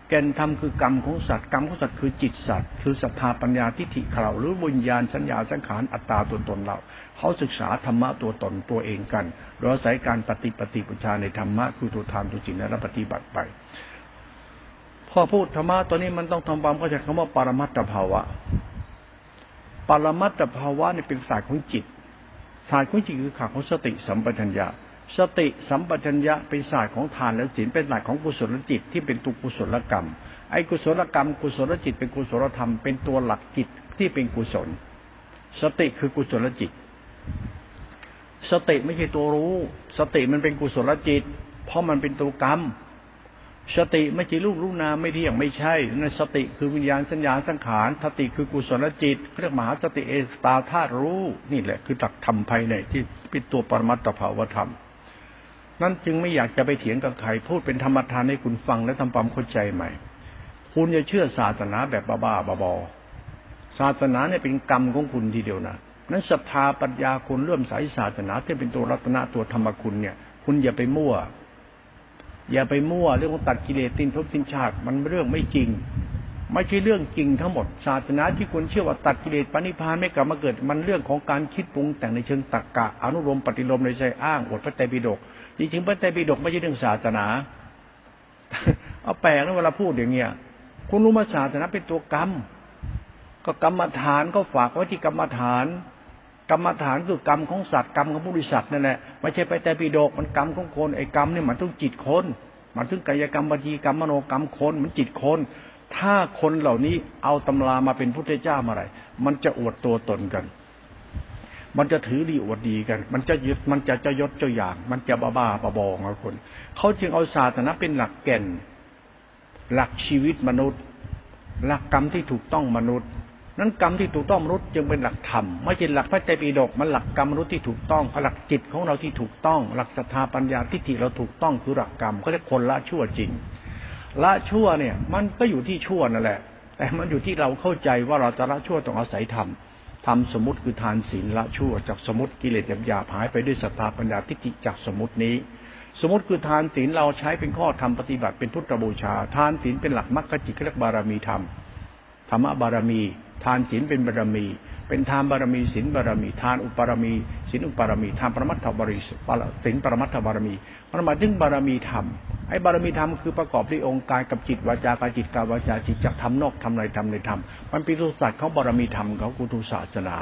แก่นธรรมคือกรรมของสัตว์กรรมของสัตว์คือจิตสัตว์คือศรัทธาปัญญาทิฏฐิเราหรือวิญญาณสัญญาสังขารอัตตาตัวตนเราเขาศึกษาธรรมะตัวตนตัวเองกันโดยอาศัยการปฏิบูชาในธรรมะคือตัวทานตัวศีลและปฏิบัติไปพอพูดธรรมะตัวนี้มันต้องทำความเข้าใจคำว่าปรมัตถภาวะปรมัตถภาวะนี่เป็นศาสตร์ของจิตศาสตร์ของจิตคือข่าวของสติสัมปชัญญะสติสัมปชัญญะเป็นศาสตร์ของทานและศีลเป็นหลักของกุศลจิตที่เป็นตัวกุศลกรรมไอ้กุศลกรรมกุศลจิตเป็นกุศลธรรมเป็นตัวหลักจิตที่เป็นกุศลสติคือกุศลจิตสติไม่ใช่ตัวรู้สติมันเป็นกุศลจิตเพราะมันเป็นตัวกรรมสติไม่ใช่รูปรู้นามไม่เที่ยงไม่ใช่นั่นสติคือวิญญาณสัญญาสังขารสติคือกุศลจิตเรียกมหาสติเอสตาธาตุรู้นี่แหละคือหลักธรรมภายในที่เป็นตัวปรมัตถภาวธรรมนั่นจึงไม่อยากจะไปเถียงกับใครพูดเป็นธรรมทานให้คุณฟังและทำความเข้าใจใหม่คุณอย่าเชื่อศาสนาแบบบ้าๆบอๆศาสนาเนี่ยเป็นกรรมของคุณทีเดียวนะนั้นศรัทธาปัญญาคุณเลื่อมใสศาสนาที่เป็นตัวรัตนะตัวธรรมคุณเนี่ยคุณอย่าไปมั่วเรื่องของตัดกิเลสสิ้นภพสิ้นชาติมันเรื่องไม่จริงไม่ใช่เรื่องจริงทั้งหมดศาสนาที่คุณเชื่อว่าตัดกิเลสปณิพพานไม่กลับมาเกิดมันเรื่องของการคิดปรุงแต่งในเชิงตรรกะอนุโลมปฏิโลมในใจอ้างอวดพระไตรปิฎกจริงๆพระไตรปิฎกไม่ใช่เรื่องศาสนาเอาแปลกนะเวลาพูดอย่างเงี้ยคุณรู้มาศาสนาเป็นตัวกรรมก็กรรมฐานก็ฝากไว้ที่กรรมฐานคือกรรมของสัตว์กรรมของผู้ริสัตว์นั่นแหละไม่ใช่ไปแต่ปิฎกมันกรรมของคนไอ้กรรมเนี่ยมันต้องจิตคนมันถึงกายกรรมวจีกรรมมโนกรรมคนมันจิตคนถ้าคนเหล่านี้เอาตำรามาเป็นพุทธเจ้าเมื่อไหร่มันจะอวดตัวตนกันมันจะถือดีอวดดีกันมันจะยึดมันจะยศเจ้าอย่างมันจะบ้าบอๆเอาคนเขาจึงเอาศาสนาเป็นหลักแก่นหลักชีวิตมนุษย์หลักกรรมที่ถูกต้องมนุษย์นั้นกรรมที่ถูกต้องมนุษย์จึงเป็นหลักธรรมไม่ใช่หลักพระไตรปิฎกมันหลักกรรมมนุษย์ที่ถูกต้องหลักจิตของเราที่ถูกต้องหลักศรัทธาปัญญาทิฏฐิเราถูกต้องคือหลักกรรมเขาเรียกคนละชั่วจริงละชั่วเนี่ยมันก็อยู่ที่ชั่วนั่นแหละแต่มันอยู่ที่เราเข้าใจว่าเราจะละชั่วต้องอาศัยธรรมสมมุติคือทานศีลละชั่วจากสมมุติกิเลสหยาบๆหายไปด้วยศรัทธาปัญญาทิฏฐิจากสมมุตินี้สมมุติคือทานศีลเราใช้เป็นข้อธรรมปฏิบัติเป็นพุทธบูชาทานศีลเป็นหลักมรรคจิตเรียกบารมีธรรมธรรมบารมีทานศีลเป็นบารมีเป็นทานบารมีศีลบารมีทานอุปบารมีศีลอุปบารมีทานปรมัตถบารมีศีลปรมัตถบารมีมันหมายถึงบารมีธรรมไอ้บารมีธรรมคือประกอบด้วยองค์กายกับจิตวาจากายจิตกายวาจาจิตจากธรรมนอกธรรมในธรรมในธรรมมันเป็นตัวศาสตร์ของบารมีธรรมของกุศลศาสนา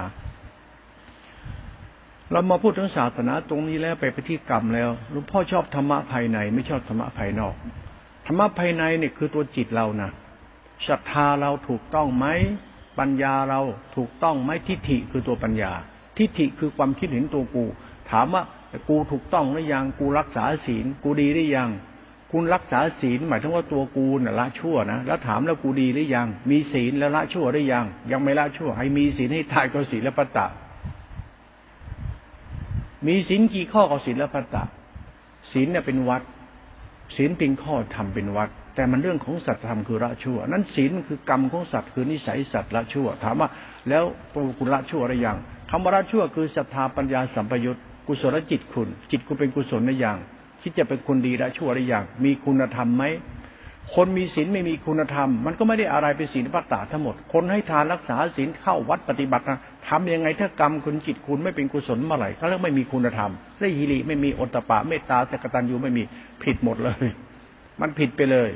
เรามาพูดถึงศาสนาตรงนี้แล้วไปที่กรรมแล้วหลวงพ่อชอบธรรมะภายในไม่ชอบธรรมะภายนอกธรรมะภายในเนี่ยคือตัวจิตเรานะศรัทธาเราถูกต้องไหมปัญญาเราถูกต้องไหมทิฏฐิคือตัวปัญญาทิฏฐิคือความคิดเห็นตัวกูถามว่ากูถูกต้องหรือยังกูรักษาศีลกูดีหรือยังคุณรักษาศีลหมายถึงว่าตัวกูน่ะละชั่วนะแล้วถามแล้วกูดีหรือยังมีศีลแล้วละชั่วหรือยังยังไม่ละชั่วให้มีศีลให้ทายก็ศีลปัตตะมีศีลกี่ข้อก็ศีลปัตตะศีลเนี่ยเป็นวัดศีลเป็นข้อธรรมเป็นวัดแต่มันเรื่องของสัตว์ธรรมคือละชั่วนั้นศีลคือกรรมของสัตว์คือนิสัยสัตว์ละชั่วถามว่าแล้วคุณละชั่วหรือยังคำว่าละชั่วคือศรัทธาปัญญาสัมปยุตกุศลจิตคุณจิตคุณเป็นกุศลหรือยังคิดจะเป็นคนดีละชั่วหรือยังมีคุณธรรมไหมคนมีศีลไม่มีคุณธรรมมันก็ไม่ได้อะไรเป็นศีลปัตตะทั้งหมดคนให้ทานรักษาศีลเข้าวัดปฏิบัตินะทำยังไงถ้ากรรมคุณจิตคุณไม่เป็นกุศลเมื่อไหร่เขาเรียกไม่มีคุณธรรมได้หิริไม่มีโอตตัปปะเมตตาสักกตัญญูไม่มีผิดหมดเลยมันผิดไปเลย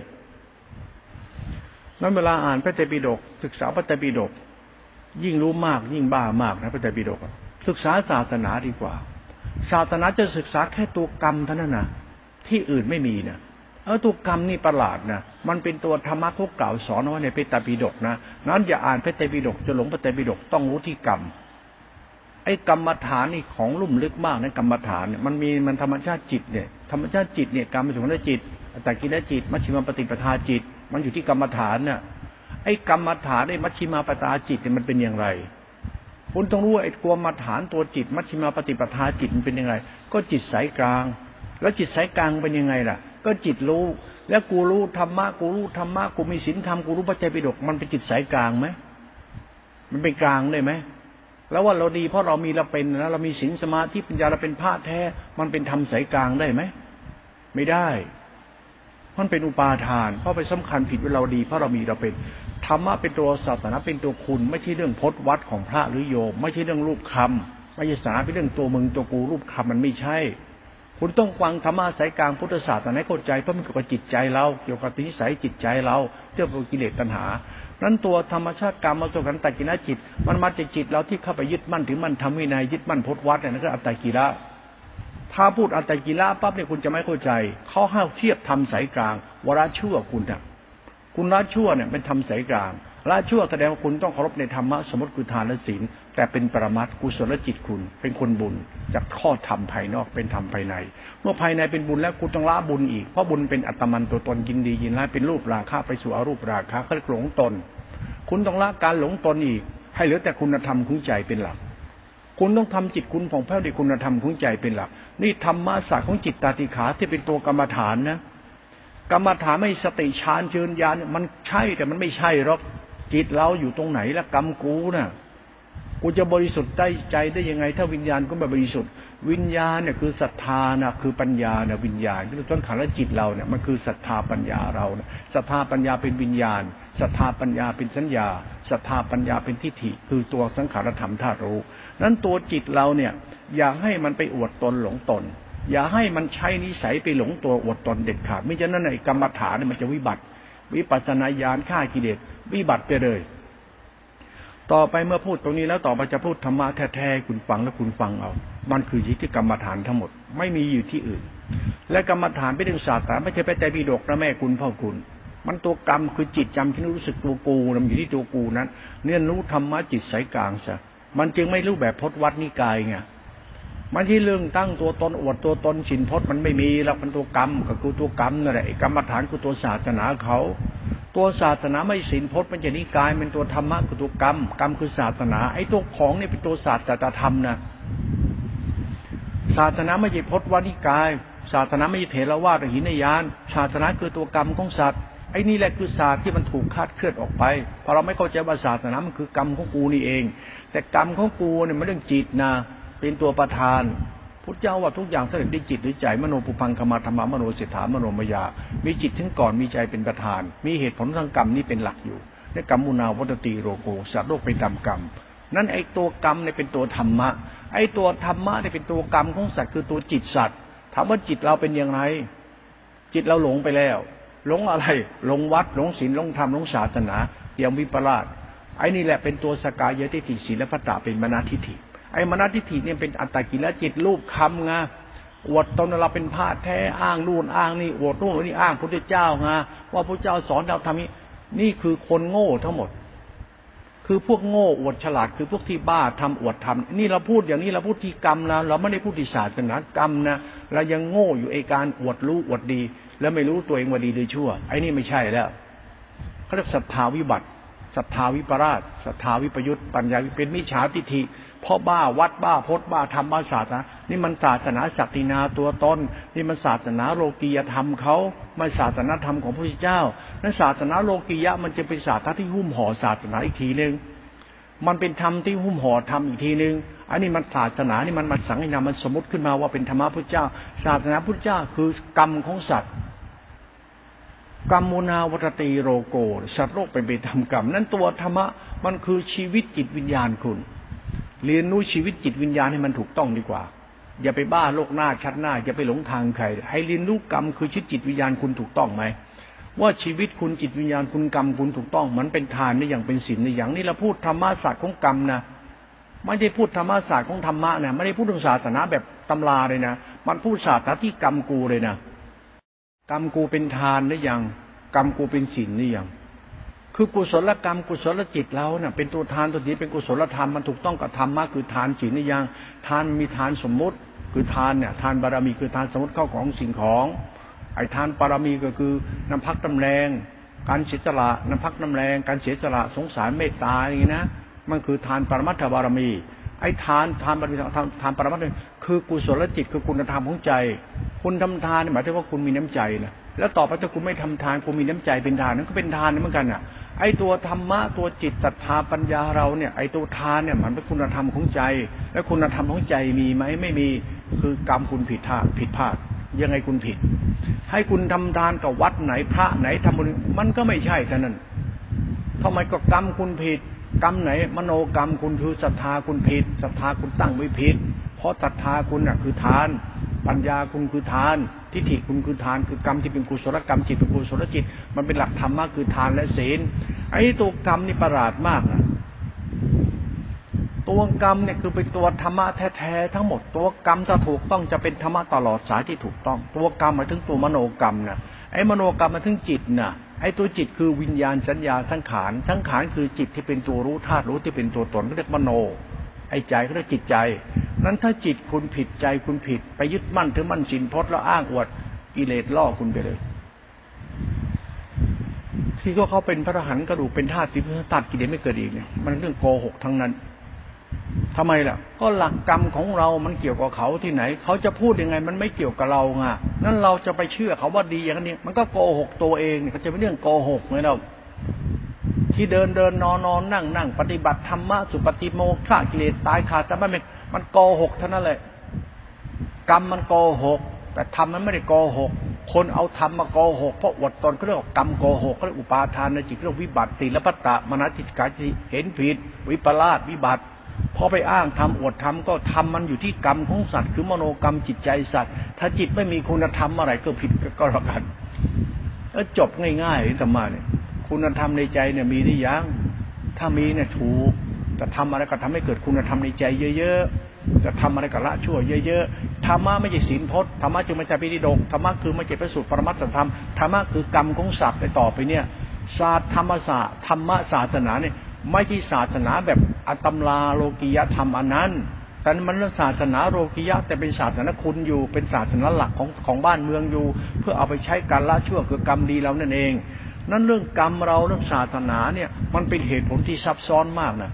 นั้นเวลาอ่านพระไตรปิฎกศึกษาพระไตรปิฎกยิ่งรู้มากยิ่งบ้ามากนะพระไตรปิฎกศึกษาศาสนาดีกว่าศาสนาจะศึกษาแค่ตัวกรรมเท่านั้นนะที่อื่นไม่มีนะตัวกรรมนี่ประหลาดนะมันเป็นตัวธรรมะเขากล่าวสอนเอาไว้ในพระไตรปิฎกนะนั้นอย่าอ่านพระไตรปิฎกจะหลงพระไตรปิฎกต้องรู้ที่กรรมไอ้กรรมฐานนี่ของลุ่มลึกมากนะกรรมฐานเนี่ยมันธรรมชาติจิตเนี่ยธรรมชาติจิตเนี่ยกรรมเป็นสมุทจิตอัตตกิลจิตมัชฌิมาปฏิปทาจิตมันอยู่ที่กรรมฐานน่ะไอ้กรรมฐานไอ้มัชฌิมาปฏิปทาจิตเนี่ยมันเป็นอย่างไรคุณต้องรู้ว่าไอ้กรรมฐานตัวจิตมัชฌิมาปฏิปทาจิตมันเป็นยังไงก็จิตสายกลางแล้วจิตสายกลางเป็นยังไงล่ะก็จิตรู้แล้วกูรู้ธรรมะกูมีศีลธรรมกูรู้พระไตรปิฎกมันเป็นจิตสายกลางไหมมันเป็นกลางได้ไหมแล้วว่าเราดีเพราะเราเป็นนะเรามีศีลสมาธิปัญญาเราเป็นพระแท้มันเป็นธรรมสายกลางได้ไหมไม่ได้มันเป็นอุปาทานเพราะไปสำคัญผิดว่าเราดีเพราะเรามีเราเป็นธรรมะเป็นตัวศาสนาเป็นตัวคุณไม่ใช่เรื่องพจน์วัดของพระหรือโยมไม่ใช่เรื่องรูปคำไม่ใช่ศาสนาเป็นเรื่องตัวมึงตัวกูรูปคำมันไม่ใช่คุณต้องฟังธรรมะสายกลางพุทธศาสนาให้เข้าใจเพราะมันเกี่ยวกับจิตใจเราเกี่ยวกับนิสัยจิตใจเราเกี่ยวกับกิเลสตัณหานั้นตัวธรรมชาติกรรมมาตัวกันตักินะจิตมันมาจากจิตเราที่เข้าไปยึดมั่นถือมั่นทำวินัยยึดมั่นพจน์วัดนั่นก็อัตตกิระถ้าพูดอัตตกิระปั๊บเนี่ยคุณจะไม่เข้าใจเขาห้าวเทียบทำสายกลางวระชั่วคุณน่ะคุณละชั่วเนี่ยเป็นทำสายกลางละชั่วแสดงว่าคุณต้องเคารพในธรรมะสมมติคือทานและศีลแต่เป็นปรมัตถ์กุศลจิตคุณเป็นคนบุญจากข้อธรรมภายนอกเป็นธรรมภายในเมื่อภายในเป็นบุญแล้วคุณต้องละบุญอีกเพราะบุญเป็นอัตมันตัวตนยินดียินร้ายเป็นรูปราคะไปสู่อรูปราคะเขาเรียกหลงตนคุณต้องละการหลงตนอีกให้เหลือแต่คุณธรรมของใจเป็นหลักคุณต้องทำจิตคุณผ่องแผ้วด้วยคุณธรรมของใจเป็นหลักนี่ธรรมะศาสตร์ของจิตตติขาที่เป็นตัวกรรมฐานนะกรรมฐานไม่สติฌานเชิญญาณมันใช่แต่มันไม่ใช่หรอกจิตเราอยู่ตรงไหนละกรรมกูน่ะกูจะบริสุทธิ์ได้ใจได้ยังไงถ้าวิญญาณก็ไม่บริสุทธิ์วิญญาณเนี่ยคือศรัทธานะคือปัญญานะวิญญาณที่ต้นขันและจิตเราเนี่ยมันคือศรัทธาปัญญาเรานะศรัทธาปัญญาเป็นวิญญาณศรัทธาปัญญาเป็นสัญญาศรัทธาปัญญาเป็นทิฏฐิคือตัวสังขารธรรมธาตุรู้นั้นตัวจิตเราเนี่ยอย่าให้มันไปอวดตนหลงตนอย่าให้มันใช้นิสัยไปหลงตัวอวดตนเด็ดขาดไม่ฉะนั้นไอ้กรรมฐานเนี่ยมันจะวิบัติวิปัสสนาญาณฆ่ากิเลสวิบัติไปเลยต่อไปเมื่อพูดตรงนี้แล้วต่อไปจะพูดธรรมะแท้ๆคุณฟังแล้วคุณฟังเอามันคือที่กรรมฐานทั้งหมดไม่มีอยู่ที่อื่นและกรรมฐานไม่ได้ศาสตร์ไม่ใช่ไปแต่บิดกนะแม่คุณพ่อคุณมันตัวกรรมคือจิตจำที่รู้สึกตัวกูมันอยู่ที่ตัวกูนั้นเนี่ยรู้ธรรมะจิตสายกลางซะมันจึงไม่รู้แบบพจน์วัดนิกายไงมันที่เรื่องตั้งตัวตนอวดตัวตนฉินพจน์มันไม่มีแล้วมันตัวกรรมก็คือตัวกรรมนั่นแหละกรรมฐานคือตัวศาสนาเขาตัวศาสนาไม่ศีลพจน์มันจะนิกายเป็นตัวธรรมะคือตัวกรรมกรรมคือศาสนาไอ้ตัวของเนี่ยเป็นตัวศาสตร์ธรรมนะศาสนาไม่ใช่พจน์วัดนิกายศาสนาไม่ใช่เถรวาทหรือหินยานศาสนาคือตัวกรรมของสัตว์ไอ้นี่แหละคือศาสตร์ที่มันถูกคาดเคลื่อนออกไปเพราะเราไม่เข้าใจว่าศาสนามันคือกรรมของกูนี่เองแต่กรรมของกูเนี่ยมันเรื่องจิตนะเป็นตัวประธานพุทธเจ้าว่าทุกอย่างสำเร็จด้วยจิตหรือใจมโนปุพังคมาธรรมมโนเสถามโนมยามีจิตถึงก่อนมีใจเป็นประธานมีเหตุผลทางกรรมนี้เป็นหลักอยู่ในกรรมมุนาวัตติโรโกสัตว์โลกเป็นตามกรรมนั่นไอ้ตัวกรรมเนี่ยเป็นตัวธรรมะไอ้ตัวธรรมะเนี่ยเป็นตัวกรรมของสัตว์คือตัวจิตสัตว์ถามว่าจิตเราเป็นอย่างไรจิตเราหลงไปแล้วหลงอะไรหลงวัดหลงศีลหลงธรรมหลงศาสนาอย่างวิปลาสไอ้นี่แหละเป็นตัวสกายทิฏฐิศีลพัตตาเป็นมนทิฏฐิไอ้มนทิฏฐิเนี่ยเป็นอัตตกิลจิตรูปคำไงอวดตนเราเป็นพระแท้อ้างนู่นอ้างนี่อวดนู่นนี่อ้างพระพุทธเจ้าไงว่าพระเจ้าสอนเราทำนี้นี่คือคนโง่ทั้งหมดคือพวกโง่อวดฉลาดคือพวกที่บ้าทำอวดทำนี่เราพูดอย่างนี้เราพูดที่กรรมนะเราไม่ได้พูดที่ศาสนากรรมนะเรายังโง่อยู่ไอ้การอวดรู้อวดดีแล้วไม่รู้ตัวเองว่าดีหรือชั่วไอ้นี่ไม่ใช่แล้วเขาเรียกศรัทธาวิบัติศรัทธาวิปราชศรัทธาวิปยุตปัญญาเป็นมิจฉาทิฏฐิเพราะบ้าวัดบ้าพจน์บ้าธรรมบ้าศาสนานี่มันศาสนาศักดินาตัวตนนี่มันศาสนาโลกียธรรมเขาไม่ศาสนาธรรมของพระพุทธเจ้านั้นศาสนาโลกียะมันจะเป็นศาสนาที่หุ้มห่อศาสนาอีกทีนึงมันเป็นธรรมที่หุ้มห่อธรรมอีกทีนึงอันนี้มันศาสนานี่มันสังให้นามมันสมมติขึ้นมาว่าเป็นธรรมะพุทธเจ้าศาสนาพุทธเจ้าคือกรรมของสัตว์กรรมมุนาวัตติโรโกสัตว์โลกเป็นไปตามกรรมนั้นตัวธรรมะมันคือชีวิตจิตวิญญาณคุณเรียนรู้ชีวิตจิตวิญญาณให้มันถูกต้องดีกว่าอย่าไปบ้าโลกหน้าชัดหน้าอย่าไปหลงทางใครให้เรียนรู้กรรมคือชีวิตจิตวิญญาณคุณถูกต้องไหมว่าชีวิตคุณจิตวิญญาณคุณกรรมคุณถูกต้องมันเป็นทานในอย่างเป็นศีลในอย่างนี้เราพูดธรรมะศาสตร์ของกรรมนะไม่ได้พูดธรรมะศาสตร์ของธรรมะนะไม่ได้พูดเรื่องศาสนาแบบตำราเลยนะมันพูดศาสตร์ที่กรรมกูเลยนะกรรมกูเป็นทานหรือยังกรรมกูเป็นศีลหรือยังคือกุศลกรรมกุศลจิตเราเนี่ยเป็นตัวทานตัวนี้เป็นกุศลธรรมมันถูกต้องกับธรรมะคือทานศีลนี่ยังทานมีทานสมมุติคือทานเนี่ยทานบารมีคือทานสมมุติเข้าของสิ่งของไอ้ทานบารมีก็คือน้ำพักน้ำแรงการเสียสละน้ำพักน้ำแรงการเสียสละสงสารเมตตาอย่างนี้นะมันคือทานปรมัตถบารมีไอ้ทานบารมีทานปรมัตถคือกุศลจิตคือคุณธรรมของใจคุณทำทานหมายถึงว่าคุณมีน้ำใจนะแล้วต่อไปถ้าคุณไม่ทำทานคุณมีน้ำใจเป็นทานนั่นก็เป็นทานเหมือนกันอ่ะไอ้ตัวธรรมะตัวจิตศรัทธาปัญญาเราเนี่ยไอ้ตัวทานเนี่ยมันเป็นคุณธรรมของใจและคุณธรรมของใจมีไหมไม่มีคือกรรมคุณผิดพลาดยังไงคุณผิดให้คุณทำทานกับวัดไหนพระไหนทำบุญมันก็ไม่ใช่แต่นั้นทำไมก็กรรมคุณผิดกรรมไหนมโนกรรมคุณคือศรัทธาคุณผิดศรัทธาคุณตั้งไว้ผิดเพราะศรัทธาคุณน่ะคือทานปัญญาคุณคือทานทิฏฐิคุณคือทานคือกรรมที่เป็นกุศลกรรมจิตเป็นกุศลจิตมันเป็นหลักธรรมะคือทานและศีลไอ้ตัวกรรมนี่ประหลาดมากนะตัวกรรมเนี่ยคือเป็นตัวธรรมะแท้ๆทั้งหมดตัวกรรมถ้าถูกต้องจะเป็นธรรมะตลอดสายที่ถูกต้องตัวกรรมหมายถึงตัวมโนกรรมนะไอ้มโนกรรมมาถึงจิตนะไอ้ตัวจิตคือวิญญาณสัญญาสังขารสังขารคือจิตที่เป็นตัวรู้ธาตุรู้ที่เป็นตัวตนเรียกมโนไอ้ใจก็เรียกจิตใจนั้นถ้าจิตคุณผิดใจคุณผิดไปยึดมั่นถือมั่นศีลพจน์แล้วอ้างอวดกิเลสล่อคุณไปเลยที่เขาเป็นพระอรหันต์กระดูกเป็นธาตุที่ตัดกิเลสไม่เกิดอีกเนี่ยมันเรื่องโกหกทั้งนั้นทำไมล่ะก็หลักกรรมของเรามันเกี่ยวกับเขาที่ไหนเขาจะพูดยังไงมันไม่เกี่ยวกับเราไงนั้นเราจะไปเชื่อเขาว่าดีอย่างนี้มันก็โกหกตัวเองเขาจะเป็นเรื่องโกหกไหมเราที่เดินนอนนั่งปฏิบัติธรรมะสุปฏิโมกข์กิเลสตายขาดจะไม่มันโกหกเท่านั้นแหละกรรมมันโกหกแต่ธรรมมันไม่ได้โกหกคนเอาธรรมมาโกหกเพราะอดตนก็เรียกกรรมโกหกก็เรียกอุปาทานในจิตเรียกวิบัติติลปัตตะมนติกาจิเห็นผิดวิปลาสวิบัติพอไปอ้างทำอวดทำก็ทำมันอยู่ที่กรรมของสัตว์คือมโนกรรมจิตใจสัตว์ถ้าจิตไม่มีคุณธรรมอะไรก็ผิดก็แล้วกันแล้วจบง่ายๆธรรมะเนี่ยคุณธรรมในใจเนี่ยมีหรือยังถ้ามีเนี่ยถูกแต่ทำอะไรก็ทำให้เกิดคุณธรรมในใจเยอะๆจะทำอะไรก็ละชั่วเยอะๆธรรมะไม่ใช่ศีลพจน์ธรรมะจึงไม่ใช่ปิฎกธรรมะคือไม่ใช่พระสูตรปรมัตถธรรมธรรมะคือกรรมของสัตว์ในต่อไปเนี่ยศาสตร์ธรรมศาสตร์ธรรมะศาสนาเนี่ยไม่ใช่ศาสนาแบบอัตตำราโลกียธรรมอันนั้นแต่มันเป็นศาสนาโลกียะแต่เป็นศาสนาคุณอยู่เป็นศาสนาหลักของบ้านเมืองอยู่เพื่อเอาไปใช้การละชั่วคือกรรมดีเรานั่นเองนั้นเรื่องกรรมเราเรื่องศาสนาเนี่ยมันเป็นเหตุผลที่ซับซ้อนมากนะ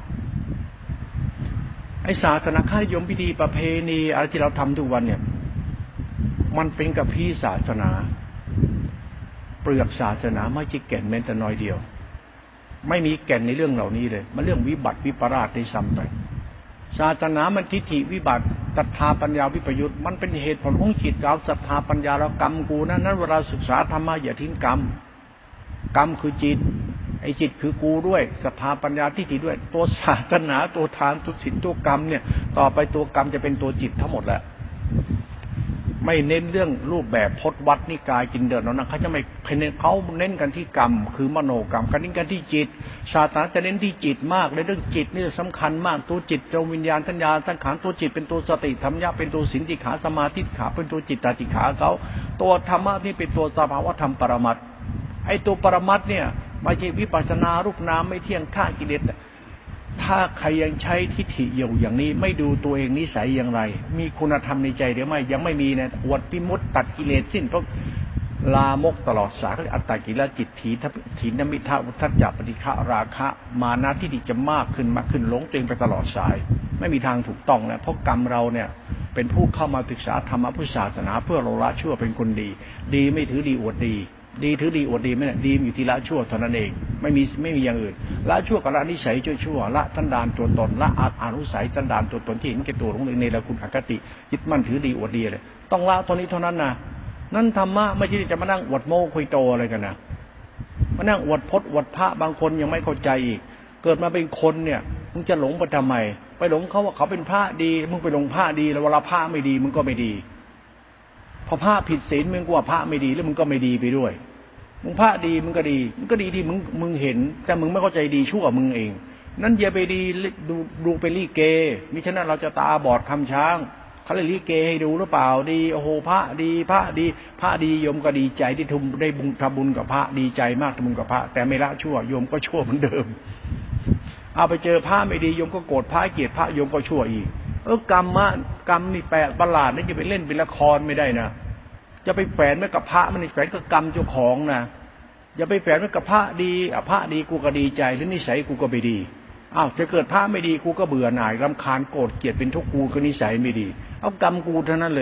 ไอ้ศาสนาค่านิยมพิธีประเพณีอะไรที่เราทำทุกวันเนี่ยมันเป็นกับพี่ศาสนาเปลือกศาสนาไม่ใช่แก่นแม้แต่น้อยเดียวไม่มีแก่นในเรื่องเหล่านี้เลยมันเรื่องวิบัติวิปลาสในซ้ำไปศาสนามันทิฏฐิวิบัติศรัทธาปัญญาวิปยุตมันเป็นเหตุผลของจิตเราศรัทธาปัญญาเรากรรมกูนั้นเวลาศึกษาธรรมะอย่าทิ้งกรรมกรรมคือจิตไอ้จิตคือกูด้วยศรัทธาปัญญาทิฏฐิด้วยตัวศาสนาตัวทานตัวศีลตัวกรรมเนี่ยต่อไปตัวกรรมจะเป็นตัวจิตทั้งหมดแหละไม่เน้นเรื่องรูปแบบพจน์วัดนิกายกินเดือดนั้นเขาจะไม่เขาเน้นกันที่กรรมคือมโนกรรมกันเน้นกันที่จิตศาสนาจะเน้นที่จิตมากในเรื่องจิตนี่สำคัญมากตัวจิตตัววิญญาณสัญญาสังขารตัวจิตเป็นตัวสติธรรมญาเป็นตัวสินติขาสมาธิขาเป็นตัวจิตตติขาเขาตัวธรรมะนี่เป็นตัวสภาวะธรรมปรมัตถ์ไอ้ตัวปรมัตถ์เนี่ยไม่ใช่วิปัสสนารูปนามไม่เที่ยงฆ่ากิเลสถ้าใครยังใช้ทิฏฐิอยู่อย่างนี้ไม่ดูตัวเองนิสัยอย่างไรมีคุณธรรมในใจหรือไม่ยังไม่มีนะอวดพิมุตตัดกิเลสสิ้นเพราะลามกตลอดสายอัตตกิลจิตถีนมิทะอุทธัจจะปฏิฆะราคะมานะที่ดีจะมากขึ้นหลงตัวเองไปตลอดสายไม่มีทางถูกต้องนะเพราะกรรมเราเนี่ยเป็นผู้เข้ามาศึกษาธรรมะพุทธศาสนาเพื่อเราละชั่วเป็นคนดีดีไม่ถือดีอวดดีดีถือดีอวดดีไม่ดีอยู่ที่ละชั่วเท่านั้นเองไม่มีอย่างอื่นละชั่วกับละนิสัยชั่วละสันดานตัวตนละอนุสัยสันดานตัวตนที่เห็นแก่ตัวของตัวเองในละคุณอคติยึดมั่นถือดีอวดดีเลยต้องละตัวนี้เท่านั้นนะนั่นธรรมะไม่ใช่จะมานั่งอวดโม้คุยโตอะไรกันนะมานั่งอวดพจน์อวดพระบางคนยังไม่เข้าใจอีกเกิดมาเป็นคนเนี่ยมึงจะหลงไปทำไมไปหลงเขาว่าเขาเป็นพระดีมึงไปหลงพระดีแล้วเวลาพระไม่ดีมึงก็ไม่ดีพอพระผิดศีลมึงก็ว่าพระไม่ดีแล้วมึงก็ไม่ดีไปด้วยมึงพระดีมึงก็ดีที่มึงเห็นแต่มึงไม่เข้าใจดีชั่วมึงเองนั่นอย่าไปดีดูไปลีเกมิฉะนั้นเราจะตาบอดคำช้างเขาเลยลีเกให้ดูหรือเปล่าดีโอ้โหพระดีโยมก็ดีใจที่ทุ่มได้บุญทำบุญกับพระดีใจมากทำบุญกับพระแต่ไม่ละชั่วโยมก็ชั่วเหมือนเดิมเอาไปเจอพระไม่ดีโยมก็โกรธพระเกลียดพระโยมก็ชั่วอีกกรรมนี่แปลกประหลาดนี่จะไปเล่นเป็นละครไม่ได้นะจะไปแฝงไว้กับพระมันแฝงกับกรรมเจ้าของนะอย่าไปแฝงไว้กับพระดีพระดีกูก็ดีใจหรือนิสัยกูก็ไม่ดีจะเกิดพระไม่ดีกูก็เบื่อหน่ายรำคาญโกรธเกลียดเป็นทุกข์กูก็นิสัยไม่ดีเอากรรมกูเท่านั้นเลย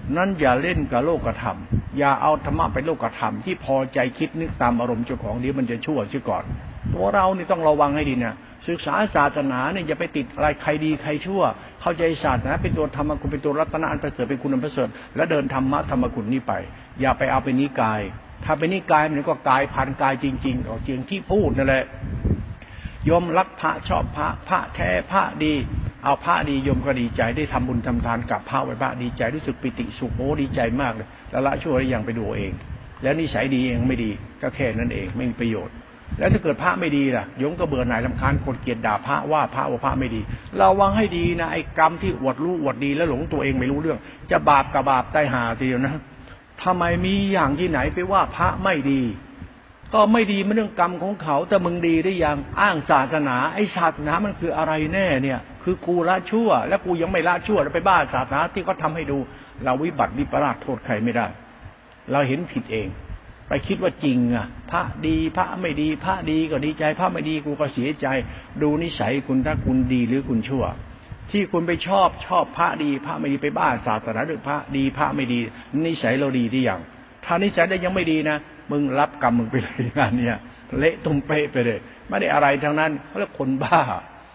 นั้นอย่าเล่นกับโลกธรรมอย่าเอาธรรมะไปโลกธรรมที่พอใจคิดนึกตามอารมณ์เจ้าของเดี๋ยวมันจะชั่วเสียก่อนตัวเรานี่ต้องระวังให้ดีนะศึกษาศาสนาเนี่ยอย่าไปติดอะไรใครดีใครชั่วเข้าใจศาสนาเป็นตัวธรรมคุณเป็นตัวรัตนะอันประเสริฐเป็นคุณอันประเสริฐแล้วเดินธรรมะธรรมคุณนี้ไปอย่าไปเอาเป็นนิกายถ้าเป็นนิกายมันก็กายพันกายจริงๆเอาจริงที่พูดนั่นแหละยมรักพระชอบพระแท้พระดีเอาพระดียมก็ดีใจได้ทำบุญทำทานกับพระไว้พระดีใจรู้สึกปิติสุขโอ้ดีใจมากเลยแล้วละชั่วยังไปดูเองแล้วนิสัยดีเองไม่ดีก็แค่นั้นเองไม่มีประโยชน์แล้วถ้าเกิดพระไม่ดีล่ะโยมก็เบื่อหน่ายรำคาญคนเกลียดด่าพระว่าพระไม่ดีระวังให้ดีนะไอ้กรรมที่อวดรู้อวดดีแล้วหลงตัวเองไม่รู้เรื่องจะบาปกับบาปใต้หาทีเดียวนะทำไมมีอย่างที่ไหนไปว่าพระไม่ดีก็ไม่ดีมันเรื่องกรรมของเขาแต่มึงดีได้ยังอ้างศาสนาไอ้ศาสนามันคืออะไรแน่เนี่ยคือกูละชั่วและกูยังไม่ละชั่วแล้วไปบ้าศาสนาที่เขาทำให้ดูเราวิบัติวิปลาสโทษใครไม่ได้เราเห็นผิดเองไปคิดว่าจริงอ่ะพระดีพระไม่ดีพระดีก็ดีใจพระไม่ดีกูก็เสียใจดูนิสัยคุณถ้าคุณดีหรือคุณชั่วที่คุณไปชอบพระดีพระไม่ดีไปบ้าศาสนาด้วยพระดีพระไม่ดีนิสัยเราดีที่อย่างถ้านิสัยได้ยังไม่ดีนะมึงรับกรรมมึงไปเลยงานเนี้ยเละตุ้มเป๊ะไปเลยไม่ได้อะไรทั้งนั้นเขาเรียกคนบ้า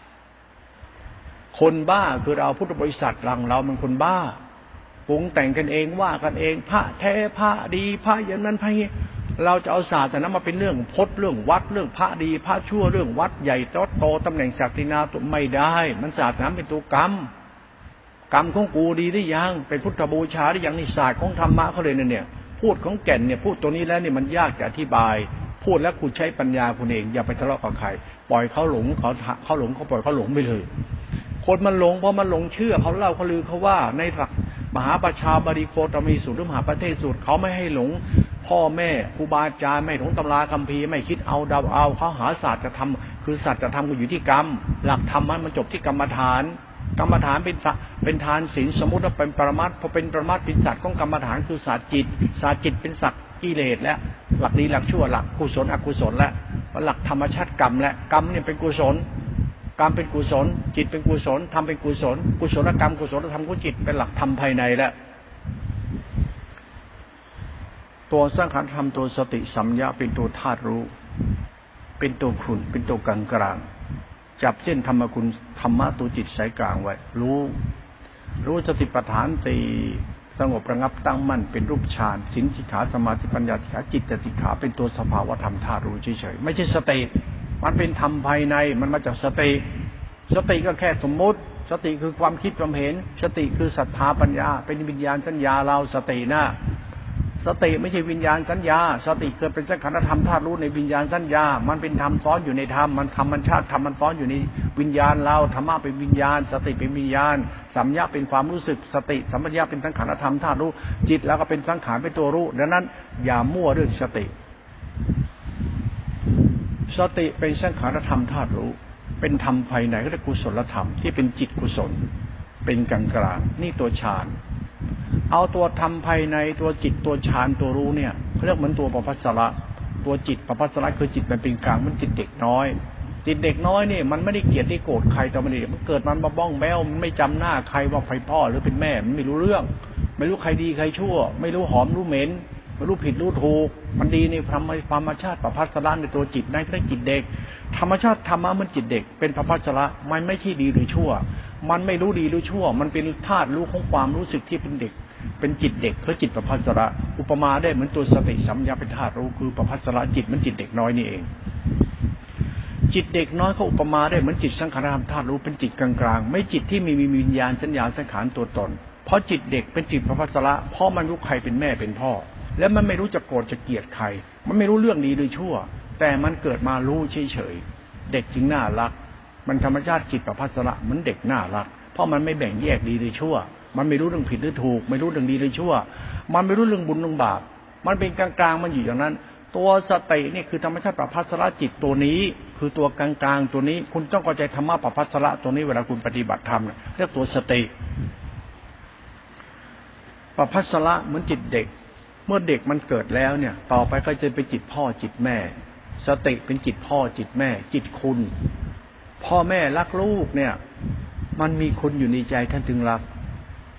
คือเราพุทธบริษัทเรามันคนบ้าปรุงแต่งกันเองว่ากันเองพระแท้พระดีพระอย่างนั้นพระนี้เราจะเอาศาสนามาเป็นเรื่องพจน์เรื่องวัดเรื่องพระดีพระชั่วเรื่องวัดใหญ่โตตำแหน่งศักดินาตัวไม่ได้มันศาสนาเป็นตัวกรรมของกูดีได้ยังเป็นพุทธบูชาได้ยังนิสัยของธรรมะเขาเลยเนี่ยพูดของแก่นเนี่ยพูดตัวนี้แล้วเนี่ยมันยากจะอธิบายพูดแล้วคุณใช้ปัญญาคุณเองอย่าไปทะเลาะกับใครปล่อยเขาหลงเขาหลงเขาปล่อยเขาหลงไปเลยคนมันหลงเพราะมันหลงเชื่อเขาเล่าเขาลือเขาว่าในหลักมหาประชาบริโภตมีสูตรหรือมหาประเทศสูตรเขาไม่ให้หลงพ่อแม่ครูบาอาจารย์ไม่หลงตำราคัมภีร์ไม่คิดเอาเดาเอาเขาหาศาสตร์จะทำคือศาสตร์จะทำก็อยู่ที่กรรมหลักธรรมมันจบที่กรรมฐานเป็นทานศีลสมมุติว่าเป็นปรมัตถ์พอเป็นปรมัตถ์เป็นศาสตร์ของกรรมฐานคือศาสตร์จิตเป็นศักดิ์กิเลสและหลักดีหลักชั่วหลักกุศลอกุศลและหลักธรรมชาติกรรมและกรรมเนี่ยเป็นกุศลกรรมเป็นกุศลจิตเป็นกุศลธรรมเป็นกุศลกุศลกรรมกุศลธรรมกุศลจิตเป็นหลักธรรมภายในและตัวสังขารธรรมตัวสติสัมยาเป็นตัวธาตุรู้เป็นตัวคุณเป็นตัวกลางกลางจับเส้นธรรมคุณธรรมะตัวจิตสายกลางไว้รู้สติปัฏฐานตีสงบระงับตั้งมั่นเป็นรูปฌานศีลสิกขาสมาธิปัญญาสิกขาจิตสิกขาเป็นตัวสภาวธรรมธาตุรู้เฉยๆไม่ใช่สติมันเป็นธรรมภายในมันมาจากสติก็แค่สมมุติสติคือความคิดความเห็นสติคือศรัทธาปัญญาเป็นวิญญาณสัญญาเราสตินะสติไม่ใช่วิญญาณสัญญาสติเกิดเป็นสังขารธรรมธาตุรู้ในวิญญาณสัญญามันเป็นธรรมซ้อนอยู่ในธรรมมันธรรมชาติธรรมมันซ้อนอยู่ในวิญญาณเราธรรมะเป็นวิญญาณสติเป็นวิญญาณสัมยาเป็นความรู้สึกสติสัมปชัญญะเป็นสังขารธรรมธาตุรู้จิตแล้วก็เป็นสังขารเป็นตัวรู้ดังนั้นอย่ามั่วเรื่องสติเป็นสังขารธรรมธาตุรู้เป็นธรรมภายในก็เรียกกุศลธรรมที่เป็นจิตกุศลเป็นกลางกลางนี่ตัวฌานเอาตัวธรรมภายในตัวจิตตัวฌานตัวรู้เนี่ยเขาเรียกเหมือนตัวประภัสสระตัวจิตประภัสสระคือจิตมันเป็นกลางมันจิตเด็กน้อยจิตเด็กน้อยนี่มันไม่ได้เกลียดได้โกรธใครแต่มันเกิดมันมาบ้องแบ้วมันไม่จำหน้าใครว่าใครพ่อหรือเป็นแม่มันไม่รู้เรื่องไม่รู้ใครดีใครชั่วไม่รู้หอมรู้เหม็นไม่รู้ผิดรู้ถูกมันดีในธรรมชาติประภัสสระในตัวจิตนั่นคือจิตเด็กธรรมชาติธรรมะมันจิตเด็กเป็นประภัสสระมันไม่ใช่ดีหรือชั่วมันไม่รู้ดีหรือชั่วมันเป็นธาตุรู้ของความรู้สึกที่เป็นเด็กเป็นจิตเด็กคือจิตประภัสสระอุปมาได้เหมือนตัวสติสัมยาเป็นธาตุรู้คือประภัสสระจิตมันจิตเด็กน้อยนี่เองจิตเด็กน้อยเขาอุปมาได้เหมือนจิตสังขารธรรมธาตุรู้เป็นจิตกลางๆไม่จิตที่มีวิญญาณสัญญาสังขารตัวตนเพราะจิตเด็กเป็นจิตประภัสสระเพราะมันรู้ใครเป็นแม่เป็นพ่อและมันไม่รู้จะโกรธจะเกลียดใครมันไม่รู้เรื่องดีหรือชั่วแต่มันเกิดมารู้เฉยๆเด็กจึงน่ารักมันธรรมชาติจิตประภัสสระเหมือนเด็กน่ารักเพราะมันไม่แบ่งแยกดีหรือชั่วมันไม่รู้เรื่องผิดหรือถูกไม่รู้เรื่องดีหรือชั่วมันไม่รู้เรื่องบุญเรื่องบาปมันเป็นกลางๆมันอยู่อย่างนั้นตัวสตินี่คือธรรมชาติประภัสสระจิตตัวนี้คือตัวกลางๆตัวนี้คุณต้องเข้าใจธรรมะประภัสสระตัวนี้เวลาคุณปฏิบัติธรรมเรียกตัวสติประภัสสระเหมือนจิตเด็กเมื่อเด็กมันเกิดแล้วเนี่ยต่อไปก็จะเป็นจิตพ่อจิตแม่สติเป็นจิตพ่อจิตแม่จิตคุณพ่อแม่รักลูกเนี่ยมันมีคุณอยู่ในใจท่านถึงรักพ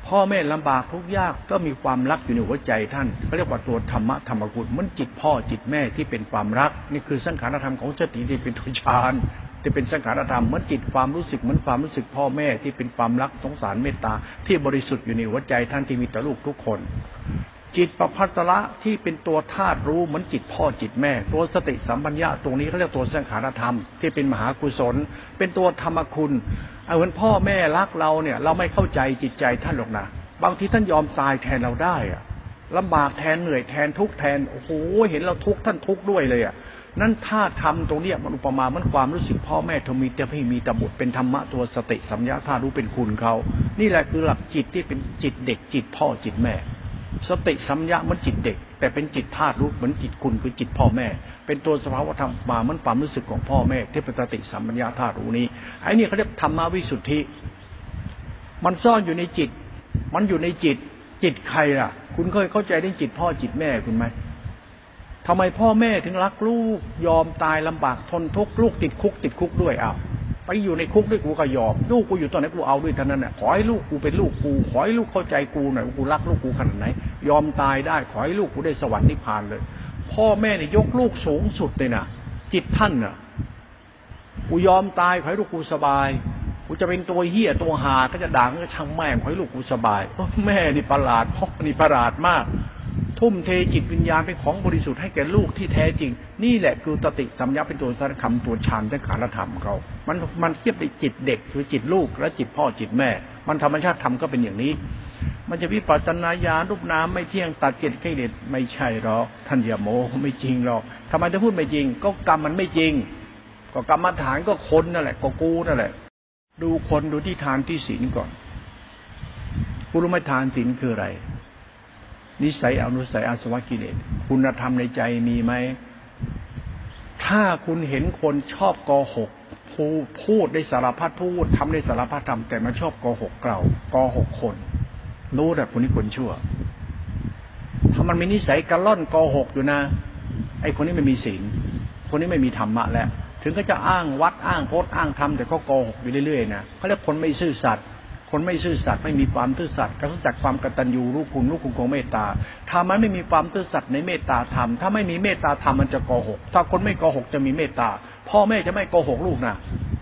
พ่อแม่ลำบากทุกข์ยากก็มีความรักอยู่ในหัวใจท่านเขาเรียกว่าตัวธรรมะธรรมกุลมันจิตพ่อจิตแม่ที่เป็นความรักนี่คือสังขารธรรมของสติที่เป็นตัวฌานที่เป็นสังขารธรรมมันจิตความรู้สึกมันความรู้สึกพ่อแม่ที่เป็นความรักสงสารเมตตาที่บริสุทธิ์อยู่ในหัวใจท่านที่มีต่อลูกทุกคนจิตประภัตระที่เป็นตัวธาตุรู้เหมือนจิตพ่อจิตแม่ตัวสติสัมปัญญะตรงนี้เขาเรียกตัวสังขารธรรมที่เป็นมหากุศลเป็นตัวธรรมคุณเหมือนพ่อแม่รักเราเนี่ยเราไม่เข้าใจจิตใจท่านหรอกนะบางทีท่านยอมตายแทนเราได้อะลำบากแทนเหนื่อยแทนทุกแทนโอ้โหเห็นเราทุกท่านทุกด้วยเลยอ่ะนั่นถ้าทำตรงนี้มันอุปมามันความรู้สึกพ่อแม่ทมีแต่ให้มีตบุตรเป็นธรรมะตัวสติสัมยาธารู้เป็นคุณเขานี่แหละคือหลักจิตที่เป็นจิตเด็กจิตพ่อจิตแม่สติสัมยามันจิตเด็กแต่เป็นจิตธาตุรู้เหมือนจิตคุณคือจิตพ่อแม่เป็นตัวสภาวะธรรมมามันความรู้สึกของพ่อแม่ที่เป็นสติสัมปญญาธาตุรู้นี้ไอ้นี่เขาเรียกธรรมวิสุทธิมันซ่อนอยู่ในจิตมันอยู่ในจิตจิตใครล่ะคุณเคยเข้าใจเรื่องจิตพ่อจิตแม่คุณไหมทำไมพ่อแม่ถึงรักลูกยอมตายลำบากทนทุกข์ลูกติดคุกด้วยอ้าวไปอยู่ในคุกด้วยกูก็ยอมลูกกูอยู่ตอนไหนกูเอาด้วยเท่านั้นน่ะขอให้ลูกกูเป็นลูกกูขอให้ลูกเข้าใจกูหน่อยกูรักลูกกูขนาดไหนยอมตายได้ขอให้ลูกกูได้สวรรค์นิพพานเลยพ่อแม่เนี่ยยกลูกสูงสุดเลยนะจิตท่านน่ะกูยอมตายขอให้ลูกกูสบายกูจะเป็นตัวเหี้ยตัวหาก็จะด่าก็ช่างแม่ขอให้ลูกกูสบายแม่นี่ประหลาดพ่อนี่ประหลาดมากทุ่มเทจิตวิญญาณเป็นของบริสุทธิ์ให้แก่ลูกที่แท้จริงนี่แหละคือสติสัมยาเป็นตัวสารคำตัวฌานสังขารธรรมเขามันเทียบในจิตเด็กคือจิตลูกและจิตพ่อจิตแม่มันธรรมชาติธรรมก็เป็นอย่างนี้มันจะวิปัสสนาญาณรูปนามไม่เที่ยงตัดกิเลสกิเลสไม่ใช่หรอกท่านอย่าโม้ไม่จริงหรอกทำไมจะพูดไม่จริงก็กรรมมันไม่จริงก็กรรมฐานก็คนนั่นแหละก็กูนั่นแหละดูคนดูที่ทานที่ศีลก่อนคุณรู้ไหมทานศีลคืออะไรนิสัยอนุสัยอาสวะกิเลสคุณธรรมในใจมีไหมถ้าคุณเห็นคนชอบโกหกพูดได้สารพัดพูดทำได้สารพัดทำแต่มันชอบโกหกเราโกหกคนรู้แต่คนนี้คนชั่วถ้ามันมีนิสัยกระล่อนโกหกอยู่นะไอ้คนนี้ไม่มีศีลคนนี้ไม่มีธรรมะแล้วถึงก็จะอ้างวัดอ้างโพสอ้างธรรมแต่ก็โกหกอยู่เรื่อยๆนะเขาเรียกคนไม่ซื่อสัตย์คนไม่ซื่อสัตย์ไม่มีความซื่อสัตย์กระตุ้นจากความกตัญญูรู้คุณของเมตตาถ้ามันไม่มีความซื่อสัตย์ในเมตตาธรรมถ้าไม่มีเมตตาธรรมมันจะโกหกถ้าคนไม่โกหกจะมีเมตตาพ่อแม่จะไม่โกหกลูกนะ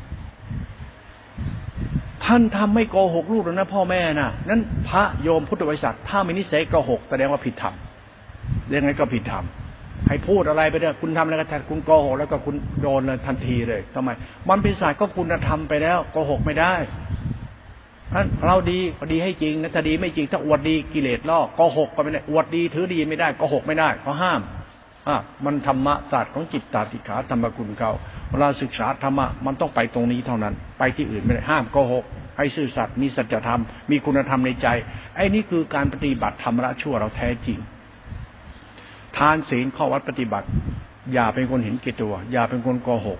ท่านทำไม่โกหกลูกแล้วนะพ่อแม่นะนั้นพระโยมพุทธบริษัทถ้ามีนิสัยโกหกแสดงว่าผิดธรรมยังไงก็ผิดธรรมให้พูดอะไรไปเนี่ยคุณทำอะไรก็คุณโกหกแล้วก็คุณโดนเลยทันทีเลยทำไมมันเป็นศาสตร์ก็คุณธรรมไปแล้วโกหกไม่ได้ท่านเราดีก็ดีให้จริงนะถ้าดีไม่จริงถ้าอวดดีกิเลสล่อโกหกก็ไม่ได้อวดดีถือดีไม่ได้โกหกไม่ได้เขาห้ามมันธรรมะศาสตร์ของจิตตาติขาธรรมกุลเขาเวลาศึกษาธรรมะมันต้องไปตรงนี้เท่านั้นไปที่อื่นไม่ได้ห้ามโกหกให้ซื่อสัตย์มีสัจธรรมมีคุณธรรมในใจไอ้นี่คือการปฏิบัติธรรมละชั่วเราแท้จริงทานศีลข้อวัดปฏิบัติอย่าเป็นคนเห็นแก่ตัวอย่าเป็นคนโกหก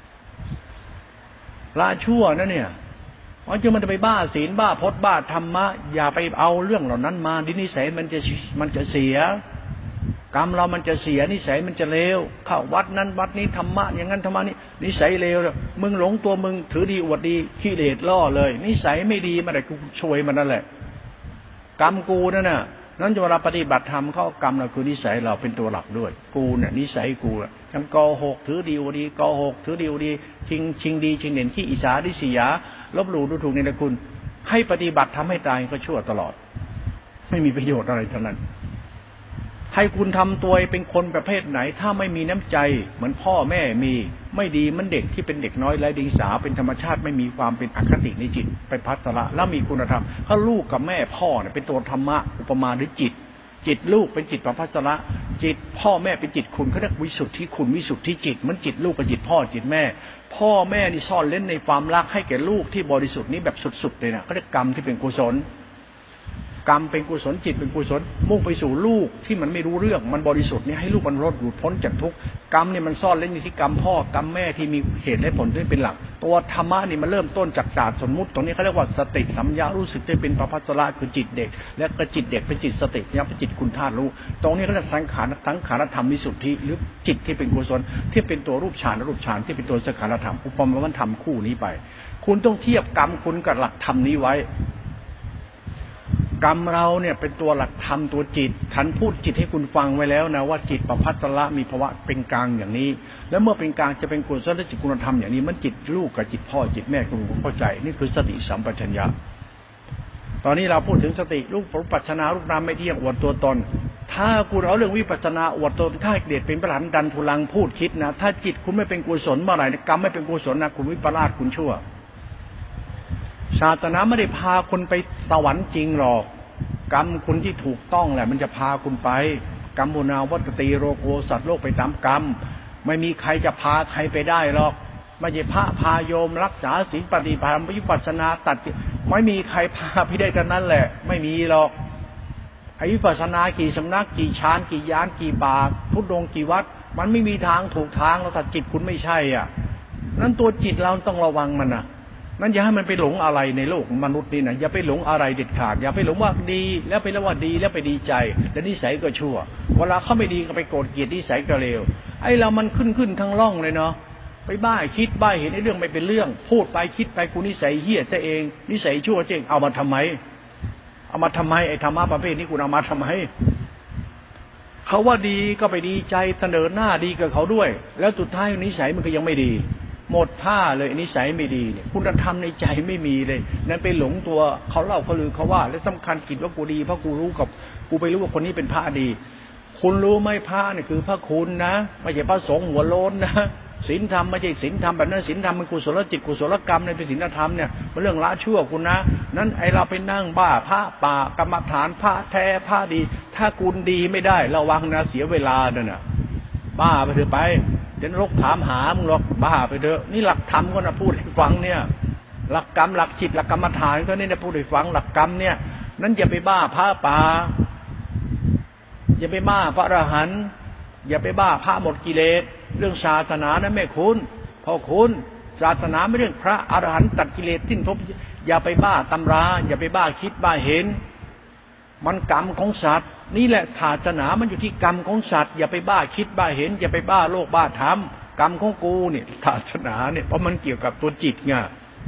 ละชั่วนะเนี่ยเพราะมันจะไปบ้าศีลบ้าพจน์บ้าธรรมะอย่าไปเอาเรื่องเหล่านั้นมาดินิสัยมันจะเสียกรรมเรามันจะเสียนิสัยมันจะเลวเข้าวัดนั้นวัดนี้ธรรมะอย่างนั้นธรรมะนี้นิสัยเลวมึงหลงตัวมึงถือดีอวดดีขี้เลสล่อเลยนิสัยไม่ดีมาแต่กูช่วยมันนั่นแหละกรรมกูนั่นน่ะนั้นเวลาปฏิบัติธรรมเข้ากรรมเราคือนิสัยเราเป็นตัวหลักด้วยกูเนี่ยนิสัยกูทั้งโกหกถือดีอวดดีโกหกถือดีอวดดีชิงดีชิงเด่นขี้อิจฉาริษยาลบหลู่ดูถูกในตระกูลให้ปฏิบัติทำให้ตายก็ชั่วตลอดไม่มีประโยชน์อะไรทั้งนั้นให้คุณทำตัวเป็นคนประเภทไหนถ้าไม่มีน้ำใจเหมือนพ่อแม่มีไม่ดีมันเด็กที่เป็นเด็กน้อยไร้เดียงสาเป็นธรรมชาติไม่มีความเป็นอคติในจิตไปพัฒนาแล้วมีคุณธรรมถ้าลูกกับแม่พ่อเนี่ยเป็นตัวธรรมะอุปมาหรือจิตลูกเป็นจิตประภัสระจิตพ่อแม่เป็นจิตคุณเขาเรียกวิสุทธิคุณวิสุทธิจิตมันจิตลูกกับจิตพ่อจิตแม่พ่อแม่นี่ซ่อนเล่นในความรักให้แก่ลูกที่บริสุทธิ์นี้แบบสุดๆเลยนะเขาเรียกกรรมที่เป็นกุศลกรรมเป็นกุศลจิตเป็นกุศลมุ่งไปสู่ลูกที่มันไม่รู้เรื่องมันบริสุทธิ์นี่ให้ลูกมันหลุดพ้นจากทุกข์กรรมเนี่ยมันซ่อนเล่นอยู่ที่กรรมพ่อกรรมแม่ที่มีเหตุและผลที่เป็นหลักตัวธรรมะนี่มันเริ่มต้นจากศาสตร์สมมุติตรงนี้เขาเรียกว่าสติสัมยารู้สึกได้เป็นประภัสระคือจิตเด็กและก็จิตเด็กเป็นจิตสติเนี่ยเป็นจิตคุณธาตุรู้ตรงนี้เขาเรียกสังขารธรรมวิสุทธิหรือจิตที่เป็นกุศลที่เป็นตัวรูปฌานที่เป็นตัวสังขารธรรมอุปมาธรรมคู่นี้ไปคุณต้องเทียบกรรมคุณกับหลักธรรมนี้ไว้กรรมเราเนี่ยเป็นตัวหลักธรรมตัวจิตฉันพูดจิตให้คุณฟังไว้แล้วนะว่าจิตประภัตตละมีภาวะเป็นกลางอย่างนี้แล้วเมื่อเป็นกลางจะเป็นกุศลจิตคุณธรรมอย่างนี้มันจิตลูกกับจิตพ่อจิตแม่คุณเข้าใจนี่คือสติสัมปชัญญะตอนนี้เราพูดถึงสติรูปปัจจนารูปนามไม่เที่ยงอวดตัวตนถ้าคุณเอาเรื่องวิปัสสนาอวดตนข้าเดชเป็นประหลาดดันทุลังพูดคิดนะถ้าจิตคุณไม่เป็นกุศลเมื่อไหร่กรรมไม่เป็นกุศลนะคุณวิปลาสคุณชั่วศาสนาไม่ได้พาคนไปสวรรค์จริงหรอกกรรมคุณที่ถูกต้องแหละมันจะพาคุณไปกรรมบุญาวัตติโรโกสัตว์โลกไปตามกรรมไม่มีใครจะพาใครไปได้หรอกไม่ใช่พระพาโยมรักษาศีลปฏิบัติวิปัสสนาตัดไม่มีใครพาพี่ได้กันนั้นแหละไม่มีหรอกไอ้วิปัสสนากี่สำนักกี่ฌานกี่ยานกี่บาททุดงกี่วัดมันไม่มีทางถูกทางแล้วแต่จิตคุณไม่ใช่อ่ะนั้นตัวจิตเราต้องระวังมันนะนั้นอย่าให้มันไปหลงอะไรในโลกมนุษย์นี่นะอย่าไปหลงอะไรเด็ดขาดอย่าไปหลงว่าดีแล้วไปแล้วว่าดีแล้วไปดีใจแล้วนิสัยก็ชั่วเวลาเขาไม่ดีก็ไปโกรธเกลียดนิสัยก็เลวไอ้เรามันขึ้นทั้งร่องเลยเนาะไปบ้าคิดบ้าเห็นไอ้เรื่องไม่เป็นเรื่องพูดไปคิดไปกูนิสัยเหี้ยซะเองนิสัยชั่วเจ๊งเอามาทำไมไอ้ธรรมะประเภทนี้คุณเอามาทำไมเขาว่าดีก็ไปดีใจเสนอหน้าดีกับเขาด้วยแล้วสุดท้ายนิสัยมันก็ยังไม่ดีหมดท่าเลยนิสัยไม่ดีเนี่ยคุณธรรมในใจไม่มีเลยนั่นไปหลงตัวเขาเล่าเขาลือเขาว่าและสำคัญคิดว่ากูดีเพราะกูรู้กับกูไปรู้ว่าคนนี้เป็นพระดีคุณรู้ไหมพระเนี่ยคือพระคุณนะไม่ใช่พระสงฆ์หัวโล้นนะศีลธรรมไม่ใช่ศีลธรรมแบบนั้นศีลธรรมเป็นกุศลจิตกุศลกรรมในเป็นศีลธรรมเนี่ยเป็นเรื่องละชั่วคุณนะนั้นไอเราไปนั่งบ้าพระป่ากรรมฐานพระแท้พระดีถ้าคุณดีไม่ได้ระวังนะเสียเวลาเนี่ยนะบ้าไปเถอะไปเดี๋ยวนรกถามหามึงหรอกบ้าไปเถอะนี่หลักธรรมก็นะพูดให้ฟังเนี่ยหลักกรรมหลักจิตหลักกรรมฐานก็นี่นะพูดให้ฟังหลักกรรมเนี่ยนั้นอย่าไปบ้าพระป่าอย่าไปบ้าพระอรหันต์อย่าไปบ้าพระหมดกิเลสเรื่องศาสนานะแม่คุณพ่อคุณศาสนาไม่เรื่องพระอรหันต์ตัดกิเลสสิ้นภพอย่าไปบ้าตำราอย่าไปบ้าคิดบ้าเห็นมันกรรมของสัตว์นี่แหละศาสนามันอยู่ที่กรรมของสัตว์อย่าไปบ้าคิดบ้าเห็นอย่าไปบ้าโลกบ้าธรรมกรรมของกูเนี่ยศาสนาเนี่ยเพราะมันเกี่ยวกับตัวจิตไง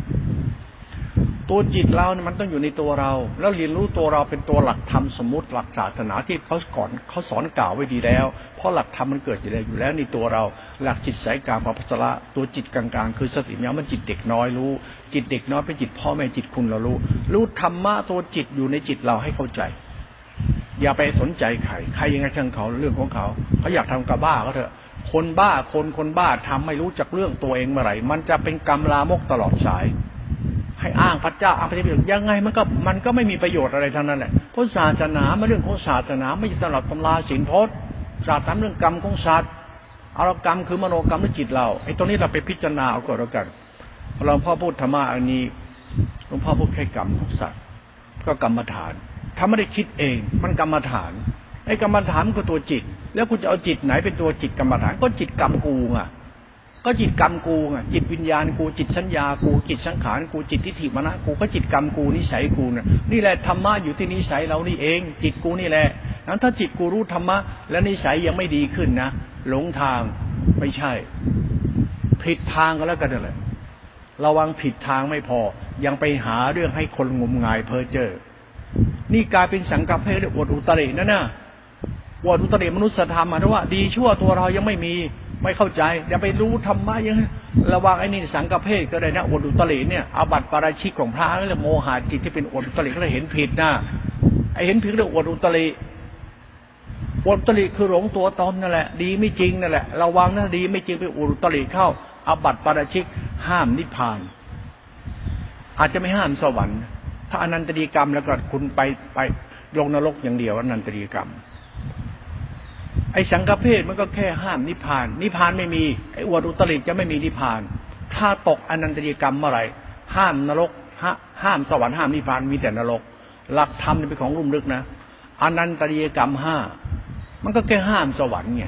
ตัวจิตเราเนี่ยมันต้องอยู่ในตัวเราแล้วเรียนรู้ตัวเราเป็นตัวหลักธรรมสมมุติหลักศาสนาที่เขาสอนกล่าวไว้ดีแล้วเพราะหลักธรรมมันเกิดอยู่แล้วในตัวเราหลักจิตสายกลางพระพัสระตัวจิตกลางๆคือสติเนี่ยมันจิตเด็กน้อยรู้จิตเด็กน้อยเป็นจิตพ่อแม่จิตคุณเรารู้ธรรมะตัวจิตอยู่ในจิตเราให้เข้าใจอย่าไปสนใจใครยังไงช่างเขาเรื่องของเขาอยากทำกระบ้าก็เถอะคนบ้าคนบ้าทำไม่รู้จักเรื่องตัวเองเมื่อไหร่มันจะเป็นกรรมลามกตลอดสายให้อ้างพระเจ้าอ้างพระเจ้ายังไงมันก็ไม่มีประโยชน์อะไรทั้งนั้นแหละเพราะศาสนาเรื่องของศาสนาไม่ใช่ตลอดตำราศีลพจน์ศาสนาเรื่องกรรมของสัตว์อารกรรมคือมโนกรรมและจิตเราไอ้ตรงนี้เราไปพิจารณาเอาก่อนแล้วกันเราพ่อพูดธรรมะอันนี้หลวงพ่อพูดแค่กรรมของสัตว์ก็กรรมฐานถ้าไม่ได้คิดเองมันกรรมฐานไอ้กรรมฐานก็ตัวจิตแล้วคุณจะเอาจิตไหนเป็นตัวจิตกรรมฐานก็จิตกรรมกูไงก็จิตกรรมกูไงจิตวิญญาณกูจิตสัญญากูจิตสังขารกูจิตทิฏฐิมรณะกูก็จิตกรรมกูนิสัยกูนี่แหละธรรมะอยู่ที่นิสัยเรานี่เองจิตกูนี่แหละนั้นถ้าจิตกูรู้ธรรมะแล้วนิสัยยังไม่ดีขึ้นนะหลงทางไม่ใช่ผิดทางก็แล้วกันเลยระวังผิดทางไม่พอยังไปหาเรื่องให้คนงมงายเพ้อเจ้อนี่กลายเป็นสังกัปเพศอวดอุตรินั่นน่ะอวดอุตริมนุษยธรรมนะว่าดีชั่วตัวเรายังไม่เข้าใจอย่าไปรู้ธรรมะยังระวังไอ้นี่สังกัปเพศก็ได้นะอวดอุตริเนี่ยอาบัติปาราชิกของพระนั่นแหละโมหะจิตที่เป็นอวดอุตริก็เลยเห็นผิดนะไอ้เห็นผิดเรื่องอวดอุตริอวดอุตริคือหลงตัวตนนั่นแหละดีไม่จริงนั่นแหละระวังนะดีไม่จริงไปอวดอุตริเข้าอาบัติปาราชิกห้ามนิพพานอาจจะไม่ห้ามสวรรค์ถ้าอนันตริยกรรมแล้วก็คุณไปลงนรกอย่างเดียวอนันตริยกรรมไอ้สังฆเพศมันก็แค่ห้ามนิพพานไม่มีไอ้อวดอุตริจะไม่มีนิพพานถ้าตกอนันตริยกรรมเมื่อไหร่ห้ามนรกห้ามสวรรค์ห้ามนิพพานมีแต่นรกหลักธรรมเป็นของลุ่มลึกนะอนันตริยกรรม5มันก็แค่ห้ามสวรรค์ไง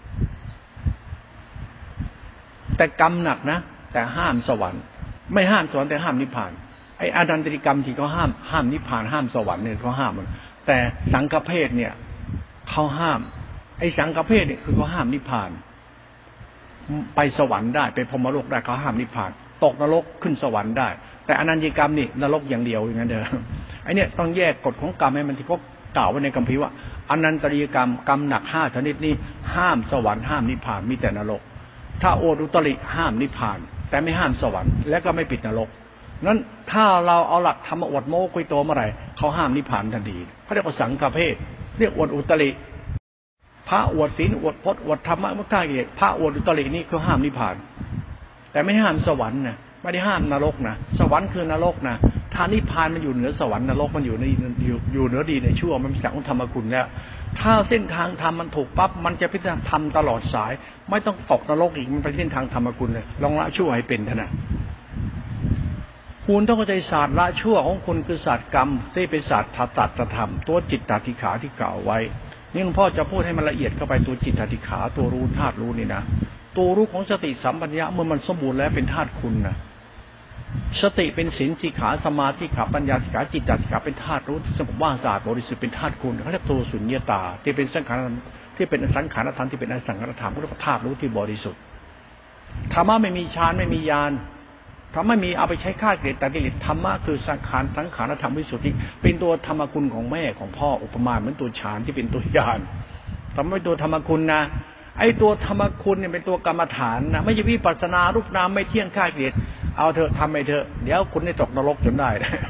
แต่กรรมหนักนะแต่ห้ามสวรรค์ไม่ห้ามสวรรค์แต่ห้ามนิพพานไอ้อนันตริยกรรมที่เขาห้ามนิพพานห้ามสวรรค์เนี่ยเขาห้ามมันแต่สังฆเพศเนี่ยเขาห้ามไอ้สังฆเพศเนี่ยคือเขาห้ามนิพพานไปสวรรค์ได้ไปพรหมโลกได้เขาห้ามนิพพานตกนรกขึ้นสวรรค์ได้แต่อนันติกรรมนี่นรกอย่างเดียวอย่างนั้นเด้อไอเนี่ยต้องแยกกฎของกรรมให้มันที่เขากล่าวไว้ในคัมภีร์ว่าอนันตริยกรรมกรรมหนัก5ชนิดนี้ห้ามสวรรค์ห้ามนิพพานมีแต่นรกถ้าโอตุตริห้ามนิพพานแต่ไม่ห้ามสวรรค์และก็ไม่ปิดนรกนั้นถ้าเราเอาหลักธรรมอวดโม้คุยโตเมื่อไหร่เขาห้ามนิพพานทันทีเขาเรียกว่าสังฆเพศเรียกอวดอุตริพระอวดศีลอวดพจน์อวดธรรมะมุขท่าเกียรติพระอวดอุตรินี่คือห้ามนิพพานแต่ไม่ห้ามสวรรค์นะไม่ได้ห้ามนรกนะสวรรค์คือนรกนะถ้านิพพานมันอยู่เหนือสวรรค์นรกมันอยู่เหนือดีในชั่วมันเป็นสังธรรมคุณแล้วถ้าเส้นทางธรรมมันถูกปั๊บมันจะพิจารณาธรรมตลอดสายไม่ต้องตกนรกอีกมันเป็นเส้นทางธรรมคุณเลยลองละชั่วให้เป็นเถอะนะคุณต้องเข้าใจศาสตร์ละชั่วของคุณคือศาสตร์กรรมที่เป็นศาสตร์ตัดธรรมตัวจิตตติขาที่กล่าวไว้นี่หลวงพ่อจะพูดให้มันละเอียดเข้าไปตัวจิตตติขาตัวรู้ธาตุรู้นี่นะตัวรู้ของสติสัมปชัญญะเมื่อมันสมบูรณ์แล้วเป็นธาตุคุณนะสติเป็นศีลสิกขาสมาธิขาปัญญาสิกขาจิตตสิกขาเป็นธาตุรู้ที่สงบว่างสะอาดบริสุทธิ์เป็นธาตุคุณเขาเรียกตัวสุญญตาที่เป็นสังขารที่เป็นสังขารธรรมที่เป็นอสังขารธรรมเขาเรียกว่าธาตุรู้ที่บริสุทธิ์ธรรมะไม่มีฌานไม่มีญาณธรรมะมีเอาไปใช้ฆ่ากิเลสตัดกิเลสธรรมะคือสังขารธรรมวิสุทธิเป็นตัวธรรมคุณของแม่ของพ่ออุปมาเหมือนตัวฌานที่เป็นตัวญาณธรรมะเป็นตัวธรรมคุณนะไอ้ตัวธรรมคุณเนี่ยเป็นตัวกรรมฐานนะไม่ใช่วิปัสสนารูปนามไม่เที่ยงฆ่ากิเลสเอาเถอะทำไปเถอะเดี๋ยวคุณได้ตกนรกจนได้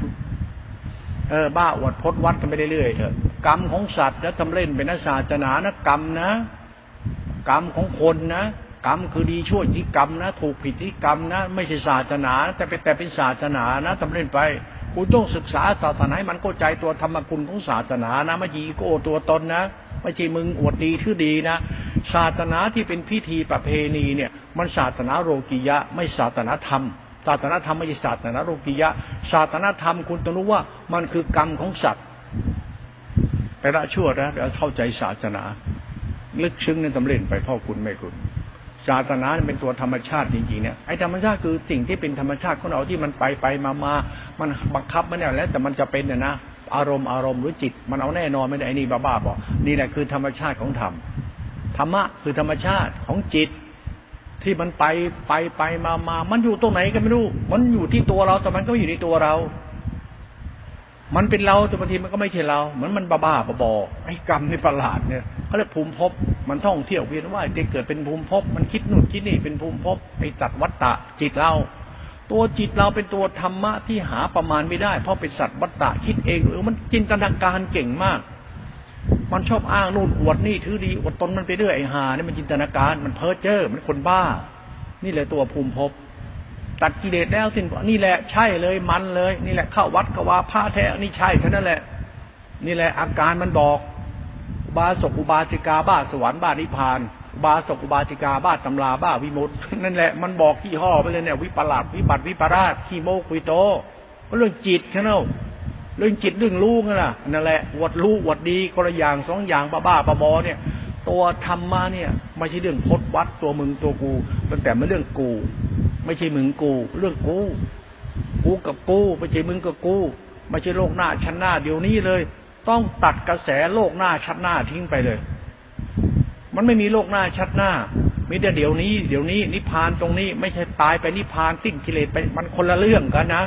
บ้าอวดพจน์วัดกันไปเรื่อยๆเถอะกรรมของสัตว์แล้วทำเล่นเป็นศาสนานะกรรมนะกรรมของคนนะกรรมคือดีชั่วที่กรรมนะถูกผิดที่กรรมนะไม่ใช่ศาสนาแต่เป็นศาสนานะทำเล่นไปคุณต้องศึกษาศาสนาให้มันเข้าใจตัวธรรมคุณของศาสนานะไม่ใช่อีโก้ตัวตนนะไม่ใช่มึงอวดดีชื่อดีนะศาสนาที่เป็นพิธีประเพณีเนี่ยมันศาสนาโลกียะไม่ศาสนาธรรมศาสนาธรรมไม่ใช่ศาสนาโลกียะศาสนาธรรมคุณต้องรู้ว่ามันคือกรรมของสัตว์ไปละชั่วนะเดี๋ยวเข้าใจศาสนาลึกซึ้งในตำเล่นไปพ่อคุณแม่คุณศาสนาเป็นตัวธรรมชาติจริงๆเนี่ยไอ้ธรรมชาติคือสิ่งที่เป็นธรรมชาติของเราที่มันไปมามันบังคับมันเนี่ยแล้วแต่มันจะเป็นนะอารมณ์หรือจิตมันเอาแน่นอนไม่ได้ไอ้นี่บ้าๆบอกนี่แหละคือธรรมชาติของธรรมธรรมะคือธรรมชาติของจิตที่มันไปมามันอยู่ตรงไหนก็ไม่รู้มันอยู่ที่ตัวเราแต่มันก็ไม่อยู่ในตัวเรามันเป็นเราแต่บางทีมันก็ไม่ใช่เราเหมือนมันบ้าๆบอๆไอ้กรรมนี่ประหลาดเนี่ยเขาเรียกภูมิภพมันท่องเที่ยวเวียนว่ายจะเกิดเป็นภูมิภพมันคิดนู่นคิดนี่เป็นภูมิภพไอ้สัตว์วัฏฏะจิตเราตัวจิตเราเป็นตัวธรรมะที่หาประมาณไม่ได้เพราะเป็นสัตว์วัฏฏะคิดเองมันจินตนาการเก่งมากมันชอบอ้างนู่นอวดนี่ถือดีอวดตนมันไปเรื่อยไอ้ห่านี่มันจินตนาการมันเพ้อเจ้อมันคนบ้านี่แหละตัวภูมิภพตัดกิเลสแล้วสิ้นนี่แหละใช่เลยมันเลยนี่แหละเข้าวัดก็ว่าพระแท้นี่ใช่เท่านั้นแหละนี่แหละอาการมันบอกอุบาสกอุบาสิกาบ้าสวรรค์บ้านิพพานอุบาสกอุบาสิกาบ้าตำราบ้าวิมุตตินั่นแหละมันบอกที่ห่อไปเลยเนี่ยวิปลาสวิบัติวิปราชขี้โมกุยโตเรื่องจิตแค่นั้นเรื่องจิตเรื่องรู้นั่นแหละอวดรู้อวดดีคนละอย่างสองอย่างบ้าบอเนี่ยตัวธรรมะเนี่ยไม่ใช่เรื่องพจน์วัดตัวมึงตัวกูแต่มันเรื่องกูไม่ใช่มึงกูเรื่องกูกับกูไม่ใช่มึงกับกูไม่ใช่โลกหน้าชั้นหน้าเดี๋ยวนี้เลยต้องตัดกระแสโลกหน้าชั้นหน้าทิ้งไปเลยมันไม่มีโลกหน้าชั้นหน้ามีแต่เดี๋ยวนี้นิพพานตรงนี้ไม่ใช่ตายไปนิพพานสิ้นกิเลสไปมันคนละเรื่องกันนะ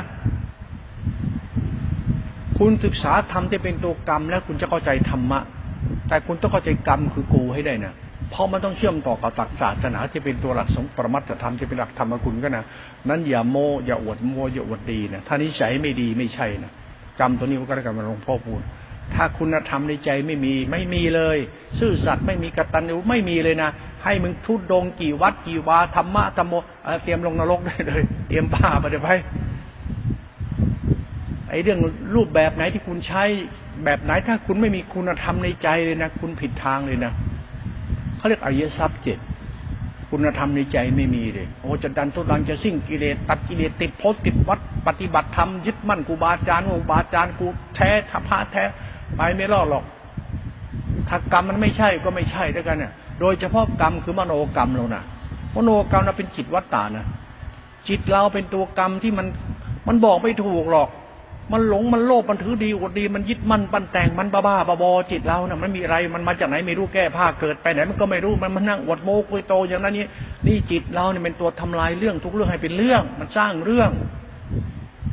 คุณศึกษาธรรมที่เป็นตัวกรรมแล้วคุณจะเข้าใจธรรมะแต่คุณต้องเข้าใจกรรมคือกูให้ได้นะเพราะมันต้องเชื่อมต่อกับหลักศาสนาที่เป็นตัวหลักของปรมัตถธรรมที่เป็นหลักธรรมคุณก็นะนั้นอย่าโมอย่าอวดอย่าอวดดีนะถ้านิสัยไม่ดีไม่ใช่นะจำตัวนี้ก็ได้กันมาหลวงพ่อพูดถ้าคุณธรรมในใจไม่มีเลยซื่อสัตย์ไม่มีกตัญญูไม่มีเลยนะให้มึงทุดงกี่วัดกี่วาธรรมะธรรมโมเตรียมลงนรกได้เลยเตรียมบ้าไปเลยไปไอ้เรื่องรูปแบบไหนที่คุณใช้แบบไหนถ้าคุณไม่มีคุณธรรมในใจเลยนะคุณผิดทางเลยนะเขาเรียกอริยทรัพย์7คุณธรรมในใจไม่มีเลยโอ้จะดันทุลังจะสิ้นกิเลสตัดกิเลสติดโพสติดวัดปฏิบัติธรรมยึดมั่นครูบาอาจารย์ครูบาอาจารย์กูแท้ทัพพระแท้ไปไม่รอดหรอกถ้ากรรมมันไม่ใช่ก็ไม่ใช่ด้วยกันเนี่ยโดยเฉพาะกรรมคือมโนกรรมเรานะมโนกรรมเราเป็นจิตวัฏฏะนะจิตเราเป็นตัวกรรมที่มันบอกไม่ถูกหรอกมันหลงมันโลภมันถือดีอวดดีมันยึดมั่นปั้นแต่งมันบ้าบอจิตเราเนี่ยมันมีอะไรมันมาจากไหนไม่รู้แก้ผ้าเกิดไปไหนมันก็ไม่รู้มันนั่งอวดโม้คุยโตอย่างนั้นนี่จิตเราเนี่ยเป็นตัวทำลายเรื่องทุกเรื่องให้เป็นเรื่องมันสร้างเรื่อง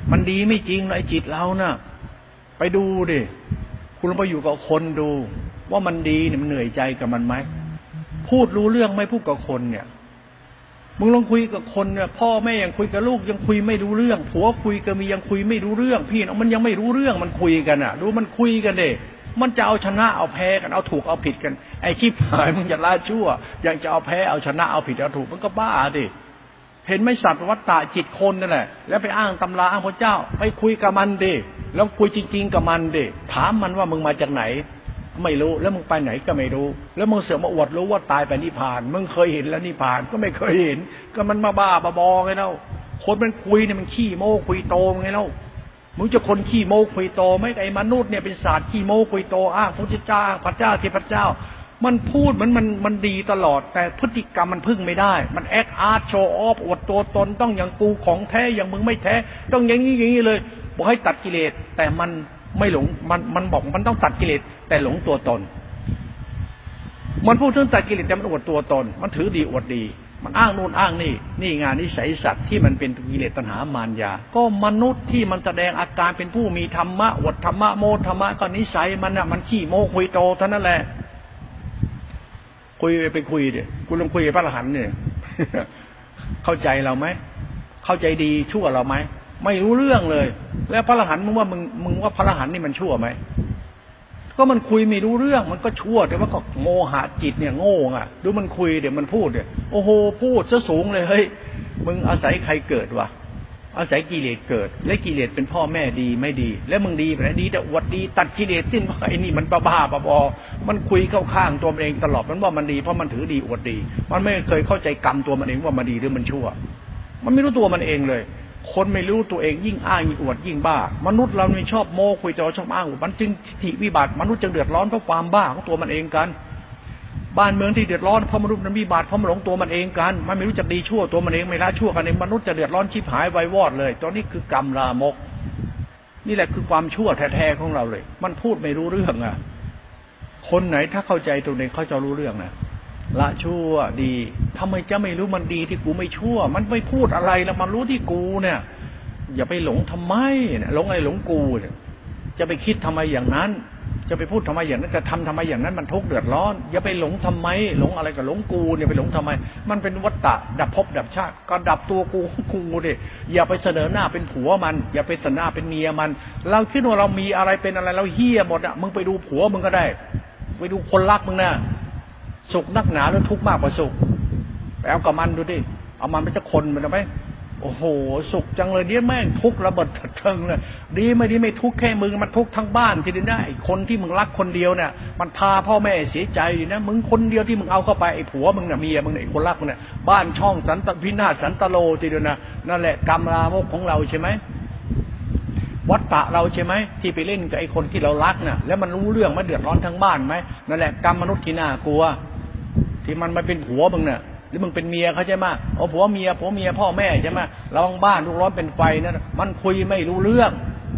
มันดีไม่จริงไอ้จิตเราน่ะไปดูดิคุณลองไปอยู่กับคนดูว่ามันดีเนี่ยมันเหนื่อยใจกับมันไหมพูดรู้เรื่องไม่พูดกับคนเนี่ยมึงลองคุยกับคนเนี่ยพ่อแม่ยังคุยกับลูกยังคุยไม่รู้เรื่องผัวคุยกับเมียยังคุยไม่รู้เรื่องพี่น้องมันยังไม่รู้เรื่องมันคุยกันอ่ะดูมันคุยกันเด้มันจะเอาชนะเอาแพ้กันเอาถูกเอาผิดกันไอ้ชิบหายมึงจะละชั่วยังจะเอาแพ้เอาชนะเอาผิดเอาถูกมันก็บ้าดิเห็นไหมสัตว์วัฏฏะจิตคนนั่นแหละแล้วไปอ้างตำราอ้างพระเจ้าไปคุยกับมันดิแล้วคุยจริงๆกับมันดิถามมันว่ามึงมาจากไหนไม่รู้แล้วมึงไปไหนก็ไม่รู้แล้วมึงเสือกมาอวดรู้ว่าตายไปนิพพานมึงเคยเห็นแล้วนิพพานก็ไม่เคยเห็นก็มันมาบ้าบอไงเล่าคนมันคุยเนี่ยมันขี้โม้คุยโตไงเล่ามึงจะคนขี้โม้คุยโตไม่ไอ้มนุษย์เนี่ยเป็นศาสตร์ขี้โม้คุยโตอ้างพระเจ้าพระเจ้าเทพเจ้ามันพูดมันดีตลอดแต่พฤติกรรมมันพึ่งไม่ได้มันแอคอาร์ตโชว์ออฟอวดตัวตนต้องอย่างกูของแท้อย่างมึงไม่แท้ต้องอย่างนี้เลยบอกให้ตัดกิเลสแต่มันไม่หลงมันบอกมันต้องตัดกิเลสแต่หลงตัวตนมันพูดถึงตัดกิเลสแต่มันอวดตัวตนมันถือดีอวดดีมันอ้างนู่นอ้างนี่งานนิสัยสัตว์ที่มันเป็นกิเลสตัณหามารยาก็มนุษย์ที่มันแสดงอาการเป็นผู้มีธรรมะอวดธรรมะโมธรรมะก็นิสัยมันน่ะมันขี้โมคุยโตเท่านั้นแหละคุยไปคุยดิคุณลองคุยกับพระอรหันต์เนี่ยเข้าใจเราไหมเข้าใจดีชั่วเราไหมไม่รู้เรื่องเลยแล้วพระอรหันต์มึงว่าพระอรหันต์นี่มันชั่วไหมก็มันคุยไม่รู้เรื่องมันก็ชั่วแต่ว่าก็โมหะจิตเนี่ยโง่อ่ะดูมันคุยเดี๋ยวมันพูดเดี๋ยวโอ้โหพูดซะสูงเลยเฮ้ยมึงอาศัยใครเกิดวะอาศัยกิเลสเกิดและกิเลสเป็นพ่อแม่ดีไม่ดีแล้วมึงดีแบบดีแต่อวดดีตัดกิเลสสิ้นไอ้นี่มันบ้ามันคุยเข้าข้างตัวมันเองตลอดมันว่ามันดีเพราะมันถือดีอวดดีมันไม่เคยเข้าใจกรรมตัวมันเองว่ามันดีหรือมันชั่วมันไม่รู้ตัวมันเองเลยคนไม่รู้ตัวเองยิ่งอ้างยิ่งอวดยิ่งบ้ามนุษย์เราไม่ชอบโม้คุยโตชอบอ้างมันจึงทิฏฐิวิบัติมนุษย์จึงเดือดร้อนเพราะความบ้าของตัวมันเองกันบ้านเมืองที่เดือดร้อนเพราะมนุษย์นั้นวิบัติเพราะมันหลงตัวมันเองกันมันไม่รู้จักดีชั่วตัวมันเองไม่ละชั่วกันเองมนุษย์จะเดือดร้อนชิบหายไววอดเลยตอนนี้คือกรรมลามกนี่แหละคือความชั่วแท้ๆของเราเลยมันพูดไม่รู้เรื่องอ่ะคนไหนถ้าเข้าใจตัวเองเขาจะรู้เรื่องนะละชั่วดีทำไมจะไม่รู้มันดีที่กูไม่ชั่วมันไม่พูดอะไรแล้วมันรู้ที่กูเนี่ยอย่าไปหลงทำไมเนี่ยหลงอะไรหลงกูเนี่ยจะไปคิดทำไมอย่างนั้นจะไปพูดทำไมอย่างนั้นจะทำไมอย่างนั้นมันทุกข์เดือดร้อนอย่าไปหลงทำไมหลงอะไรกับหลงกูเนี่ยไปหลงทำไมมันเป็นวัฏฏะดับภพดับชาติก็ดับตัวกูของกูดิอย่าไปเสนอหน้าเป็นผัวมันอย่าไปเสนอหน้าเป็นเมียมันเราคิดว่าเรามีอะไรเป็นอะไรเราเหี้ยหมดอ่ะมึงไปดูผัวมึงก็ได้ไปดูคนรักมึงนะสุขนักหนาหรือทุกข์มากกว่าสุขไปเอากับมันดูดิเอามันไปจะคนมันไหมโอ้โหสุขจังเลยเนี่ยแม่งทุกข์ระเบิดเทิงเลยดีไม่ทุกข์แค่มึงมันทุกข์ทั้งบ้านที่ได้คนที่มึงรักคนเดียวเนี่ยมันพาพ่อแม่เสียใจนะมึงคนเดียวที่มึงเอาเข้าไปไอ้ผัวมึงน่ะเมียมึงไอ้คนรักมึงเนี่ยบ้านช่องสันตพินาศสันตโลทีเดียวนะนั่นแหละกรรมลามกของเราใช่ไหมวัฏฏะเราใช่ไหมที่ไปเล่นกับไอ้คนที่เรารักน่ะแล้วมันรู้เรื่องมันเดือดร้อนทั้งบ้านไหมนั่นแหละกรรมมนุษย์ที่น่ากลัวที่มันมาเป็นผัวมึงเนี่ยหรือมึงเป็นเมียเขาใช่ไหมเอาผัวเมียพ่อแม่ใช่ไหมเราบ้านลูกร้อนเป็นไฟนะมันคุยไม่รู้เรื่อง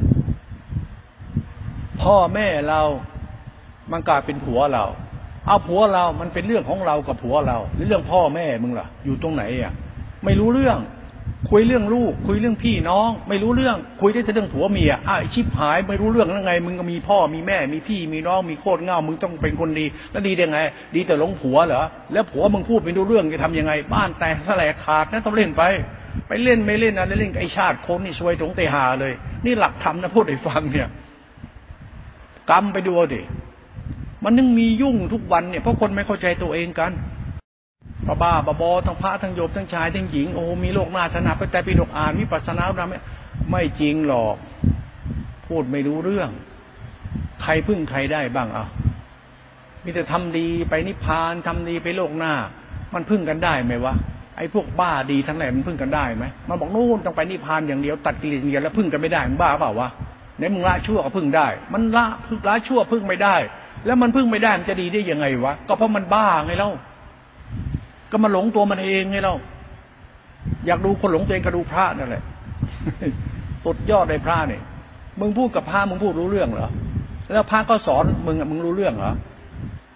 พ่อแม่เรามันกลายเป็นผัวเราเอาผัวเรามันเป็นเรื่องของเรากับผัวเราหรือเรื่องพ่อแม่มึงล่ะอยู่ตรงไหนอ่ะไม่รู้เรื่องคุยเรื่องลูกคุยเรื่องพี่น้องไม่รู้เรื่องคุยได้แต่เรื่องผัวเมียไอ้ชิบหายไม่รู้เรื่องแล้วไงมึงก็มีพ่อมีแม่มีพี่มีน้องมีโคตรเง่ามึงต้องเป็นคนดีแล้วดีได้ไงดีแต่หลงผัวเหรอแล้วผัวมึงพูดไม่รู้เรื่องจะทำยังไงบ้านแตกแสลกขาดนะต้องเล่นไปเล่นไม่เล่นนะเล่นกับไอ้ชาติคนนี่ซวยตรงเตหาเลยนี่หลักธรรมนะพูดให้ฟังเนี่ยกรรมไปดูดิมันนึงมียุ่งทุกวันเนี่ยเพราะคนไม่เข้าใจตัวเองกันบ้าบอทั้งพระทั้งโยมทั้งชายทั้งหญิงโอ้มีโลกหน้าชนะไปแต่ปีดกอ่านวิปัสสนาไม่จริงหรอกพูดไม่รู้เรื่องใครพึ่งใครได้บ้างมีแต่ทำดีไปนิพพานทำดีไปโลกหน้ามันพึ่งกันได้ไหมวะไอ้พวกบ้าดีทั้งหลายมันพึ่งกันได้ไหมมันบอกนู่นต้องไปนิพพานอย่างเดียวตัดกิเลสอย่างเดียวแล้วพึ่งกันไม่ได้มึงบ้าเปล่าวะเนี่ยมึงละชั่วก็พึ่งได้มันละชั่วพึ่งไม่ได้แล้วมันพึ่งไม่ได้มันจะดีได้ยังไงวะก็เพราะมันบ้าไงเล่าก็มาหลงตัวมันเองไงเราอยากดูคนหลงตัวเองก็ดูพระนั่นแหละสุดยอดในพระเนี่ยมึงพูดกับพระมึงพูดรู้เรื่องเหรอแล้วพระก็สอนมึงรู้เรื่องเหรอ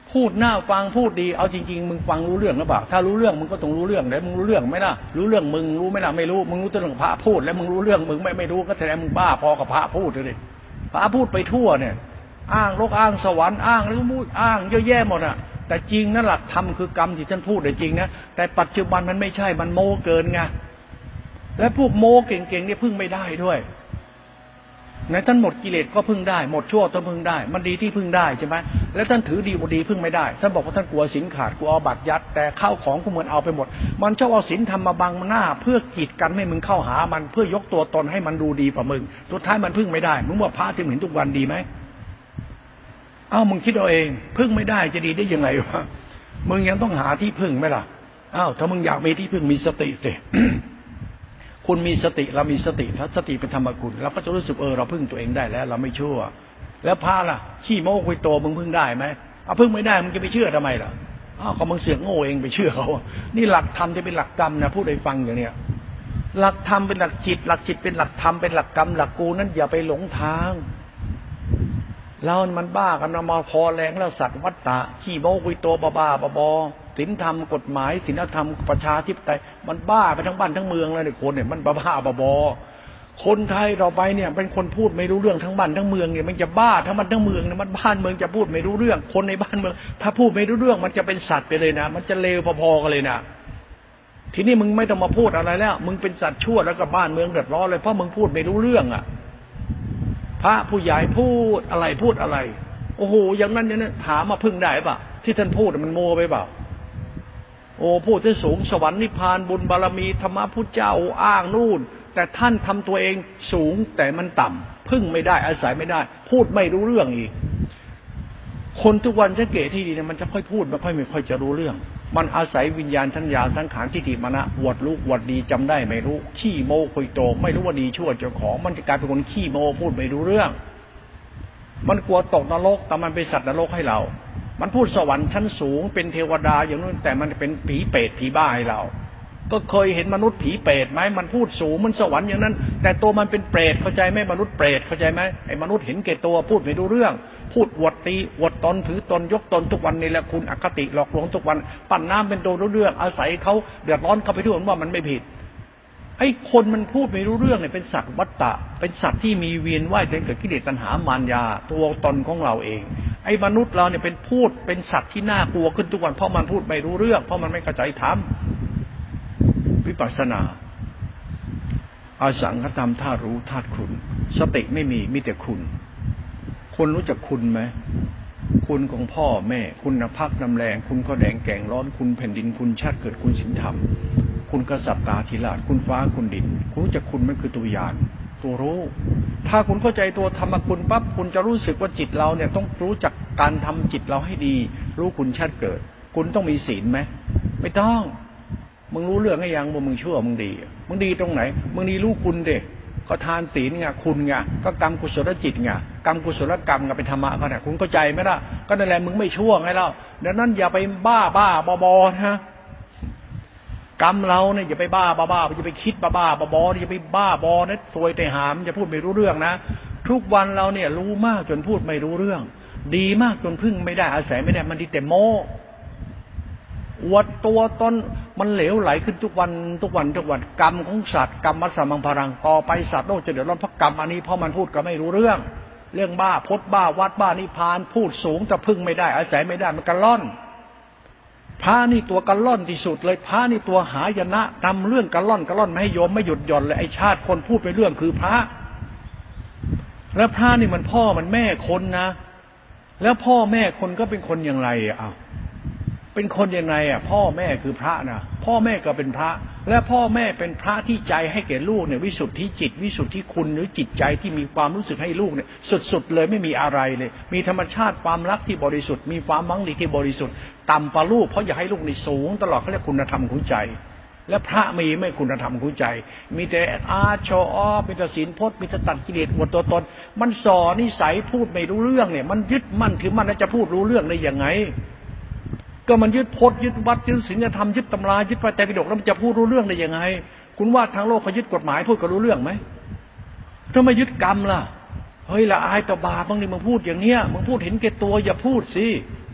พูดหน้าฟังพูดดีเอาจริงๆมึงฟังรู้เรื่องหรือเปล่าถ้ารู้เรื่องมึงก็ต้องรู้เรื่องไหนมึงรู้เรื่องไหมล่ะรู้เรื่องมึงรู้ไหมล่ะไม่รู้มึงรู้แต่เรื่องพระพูดแล้วมึงรู้เรื่องมึงไม่รู้ก็แสดงมึงบ้าพอกับพระพูดเลยพระพูดไปทั่วเนี่ยอ้างโลกอ้างสวรรค์อ้างแล้วพูดอ้างเยอะแยะหมดอ่ะแต่จริงนั่นหลักธรรมคือกรรมที่ท่านพูดได้จริงนะแต่ปัจจุบันมันไม่ใช่มันโม้เกินไงและพวกโม้เก่งๆเนี่ยพึ่งไม่ได้ด้วยในท่านหมดกิเลสก็พึ่งได้หมดชั่วก็พึ่งได้มันดีที่พึ่งได้ใช่ไหมแล้วท่านถือดีบ่ดีพึ่งไม่ได้ท่านบอกว่าท่านกลัวศีลขาดกลัวเอาบัตรยัดแต่ข้าวของก็เหมือนเอาไปหมดมันชอบเอาศีลธรรมมาบังหน้าเพื่อกีดกันไม่มึงเข้าหามันเพื่อยกตัวตนให้มันดูดีกว่ามึงสุดท้ายมันพึ่งไม่ได้มึงว่าพระที่เห็นทุกวันดีไหมเอ้ามึงคิดเอาเองพึ่งไม่ได้จะดีได้ยังไงวะมึงยังต้องหาที่พึ่งไหมล่ะอ้าวถ้ามึงอยากมีที่พึ่งมีสติสิ คุณมีสติเรามีสติถ้าสติเป็นธรรมกุลเราก็จะรู้สึกเราพึ่งตัวเองได้แล้วเราไม่ชั่วแล้วพระล่ะขี้โม้คุยโตมึงพึ่งได้ไหมเอาพึ่งไม่ได้มึงจะไปเชื่อทำไมล่ะอ้าวก็มึงเสือกโง่เองไปเชื่อเขานี่หลักธรรมจะเป็นหลักกรรมนะพูดให้ฟังอย่างเนี้ยหลักธรรมเป็นหลักจิตหลักจิตเป็นหลักธรรมเป็นหลักกรรมหลักกูนั้นอย่าไปหลงทางเรามันบ้ากันมาพอแรงแล้วสัตว์วัฏฏะขี้โม้คุยโตบ้าบอศีลธรรมกฎหมายศีลธรรมประชาธิปไตยมันบ้าไปทั้งบ้านทั้งเมืองเลยเนี่ยคนเนี่ยมันบ้าบอคนไทยเราไปเนี่ยเป็นคนพูดไม่รู้เรื่องทั้งบ้านทั้งเมืองเนี่ยมันจะบ้าทั้งบ้านทั้งเมืองเนี่ยมันบ้านเมืองจะพูดไม่รู้เรื่องคนในบ้านเมืองถ้าพูดไม่รู้เรื่องมันจะเป็นสัตว์ไปเลยนะมันจะเลวพอๆกันเลยนะทีนี้มึงไม่ต้องมาพูดอะไรแล้วมึงเป็นสัตว์ชั่วแล้วก็บ้านเมืองเดือดร้อนเลยเพราะมึงพูดไม่รู้เรื่องอ่ะพระผู้ใหญ่พูดอะไรโอ้โหอย่างนั้นอย่างนั้นถามมาพึ่งได้ป่ะที่ท่านพูดมันโม้ไปเปล่าโอ้พูดที่สูงสวรรค์นิพพานบุญบารมีธรรมะพุทธเจ้าอ้างนู่นแต่ท่านทำตัวเองสูงแต่มันต่ำพึ่งไม่ได้อาศัยไม่ได้พูดไม่รู้เรื่องอีกคนทุกวันจะเก๋ที่ดีเนี่ยมันจะค่อยพูดไม่ค่อยจะรู้เรื่องมันอาศัยวิญญาณทัญญาสังขารทิฏฐิมานะอวดรู้อวดดีจำได้ไม่รู้ขี้โม้คุยโตไม่รู้ว่าดีชั่วเจ้าของมันจะกลายเป็นคนขี้โม้พูดไม่รู้เรื่องมันกลัวตกนรกแต่มันเป็นสัตว์นรกให้เรามันพูดสวรรค์ชั้นสูงเป็นเทวดาอย่างนู้นแต่มันเป็นผีเปรตผีบ้าให้เราก็เคยเห็นมนุษย์ผีเปรตไหมมันพูดสูงมันสวรรค์อย่างนั้นแต่ตัวมันเป็นเปรตเข้าใจไหมมนุษย์เปรตเข้าใจไหมไอ้มนุษย์เห็นแก่ตัวพูดไม่รู้เรื่องพูดอวดตีอวดตนถือตนยกตนทุกวันนี่แหละคุณอคติหลอกลวงทุกวันปั่นน้ำเป็นตัวรู้เรื่องอาศัยเขาเดือดร้อนเข้าไปทั่วว่ามันไม่ผิดไอ้คนมันพูดไม่รู้เรื่องเนี่ยเป็นสัตว์วัฏฏะเป็นสัตว์ที่มีเวียนว่ายเกิดกิเลสตัณหามารยาตัวตนของเราเองไอ้มนุษย์เราเนี่ยเป็นสัตว์ที่น่ากลัวขึ้นทุกวันเพราะมันพูดไม่รู้เรื่องเพราะมันไม่เข้าใจธรรมวิปัสสนาอสังขธรรมธาตุรู้ธาตุคุณสติไม่มีแต่คุณคนรู้จักคุณไหมคุณของพ่อแม่คุณน้ำพักน้ำแรงคุณข้าวแดงแกงร้อนคุณแผ่นดินคุณชาติเกิดคุณศีลธรรมคุณกษัตริย์ตาธิราชคุณฟ้าคุณดินคุณรู้จักคุณมันคือตัวญาณตัวรู้ถ้าคุณเข้าใจตัวธรรมคุณปั๊บคุณจะรู้สึกว่าจิตเราเนี่ยต้องรู้จักการทำจิตเราให้ดีรู้คุณชาติเกิดคุณต้องมีศีลไหมไม่ต้องมึงรู้เรื่องให้ยังว่ามึงชั่วมึงดีตรงไหนมึงดีรู้คุณเด็กก็ทานศีลไงคุณไงก็กรรมกุศลจิตไงกรรมกุศลกรรมไงเป็นธรรมะก็เนี่ยคุณเข้าใจไหมล่ะก็นั่นแหละมึงไม่ชั่วไงเล่าดังนั้นอย่าไปบ้าบอนะกรรมเราเนี่ยอย่าไปบ้าอย่าไปคิดบ้าบออย่าไปบ้าบอนะซวยแต่หามจะพูดไม่รู้เรื่องนะทุกวันเราเนี่ยรู้มากจนพูดไม่รู้เรื่องดีมากจนพึ่งไม่ได้อาศัยไม่ได้มันดีแต่โม้อวดตัวตนมันเหลวไหลขึ้นทุกวันกรรมของสัตว์กรรมมัสสมังพลังต่อไปสัตว์โลกจะเดือดร้อนเพราะกรรมอันนี้เพราะมันพูดก็ไม่รู้เรื่องบ้าพดบ้าวัดบ้านิพพานพูดสูงแต่พึ่งไม่ได้อาศัยไม่ได้มันกระล่อนพระนี่ตัวกระล่อนที่สุดเลยพระนี่ตัวหายนะนำเรื่องกระล่อนไม่ให้โยมไม่หยุดหย่อนเลยไอ้ชาติคนพูดไปเรื่องคือพระแล้วพระนี่มันพ่อมันแม่คนนะแล้วพ่อแม่คนก็เป็นคนอย่างไรอ่ะเป็นคนยังไงพ่อแม่คือพระนะพ่อแม่ก็เป็นพระและพ่อแม่เป็นพระที่ใจให้แก่ลูกเนี่ยวิสุทธิจิตวิสุทธิคุณหรือจิตใจที่มีความรู้สึกให้ลูกเนี่ยสุดเลยไม่มีอะไรเลยมีธรรมชาติความรักที่บริสุทธิ์มีความมั่งมีที่บริสุทธิ์ต่ำกว่าลูกเพราะอยากให้ลูกในสูงตลอดเขาเรียกคุณธรรมของใจและพระมีไม่คุณธรรมของใจมีแต่โชว์ออฟมีแต่ศีลพจน์มีแต่ตัดกิเลสอวดตัวตนมันสอนนิสัยพูดไม่รู้เรื่องเนี่ยมันยึดมั่นถือมั่นแล้วจะพูดรู้เรื่องได้ยังไงก็มันยึดพจน์ยึดวัดยึดศีลธรรมยึดตำรายึดพระไตรปิฎกแล้วมันจะพูดรู้เรื่องได้ยังไงคุณว่าทางโลกเขายึดกฎหมายพูดก็รู้เรื่องไหมถ้าไม่ยึดกรรมล่ะเฮ้ยละอายต่อบาปบ้างดิมึงพูดอย่างเนี้ยมึงพูดเห็นแก่ตัวอย่าพูดสิ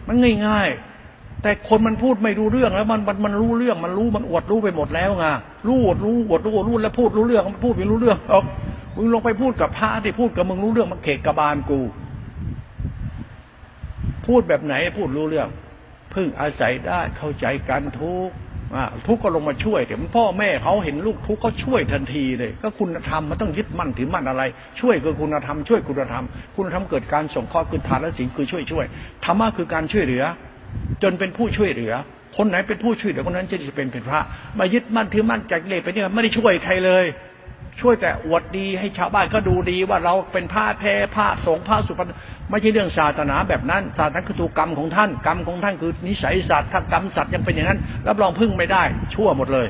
มันง่ายๆแต่คนมันพูดไม่รู้เรื่องแล้วมันรู้เรื่องมันรู้มันอวดรู้ไปหมดแล้วไงรู้อวดรู้แล้วพูดรู้เรื่องมันพูดไม่รู้เรื่องเอามึงลงไปพูดกับพระที่พูดกับมึงรู้เรื่องมันเขกกบาลกูพูดแบบไหนพูดรู้เรื่องพึ่งอาศัยได้เข้าใจกันทุกทุกก็ลงมาช่วยแต่พ่อแม่เขาเห็นลูกทุกเขาช่วยทันทีเลยก็คุณธรรมมันต้องยึดมั่นถือมั่นอะไรช่วยคือคุณธรรมช่วยคุณธรรมคุณธรรมเกิดการส่งข้อคือทานและศีลคือช่วยธรรมะคือการช่วยเหลือจนเป็นผู้ช่วยเหลือคนไหนเป็นผู้ช่วยเหลือคนนั้นจะเป็นพระมายึดมั่นถือมั่นจากเลสไปเนี่ยไม่ได้ช่วยใครเลยช่วยแต่อวดดีให้ชาวบ้านก็ดูดีว่าเราเป็นพระแท้พระสงฆ์พระสุภาพไม่ใช่เรื่องศาสนาแบบนั้นศาสนาคือตัวกรรมของท่านกรรมของท่านคือนิสัยสัตว์ถ้ากรรมสัตว์ยังเป็นอย่างนั้นรับรองพึ่งไม่ได้ชั่วหมดเลย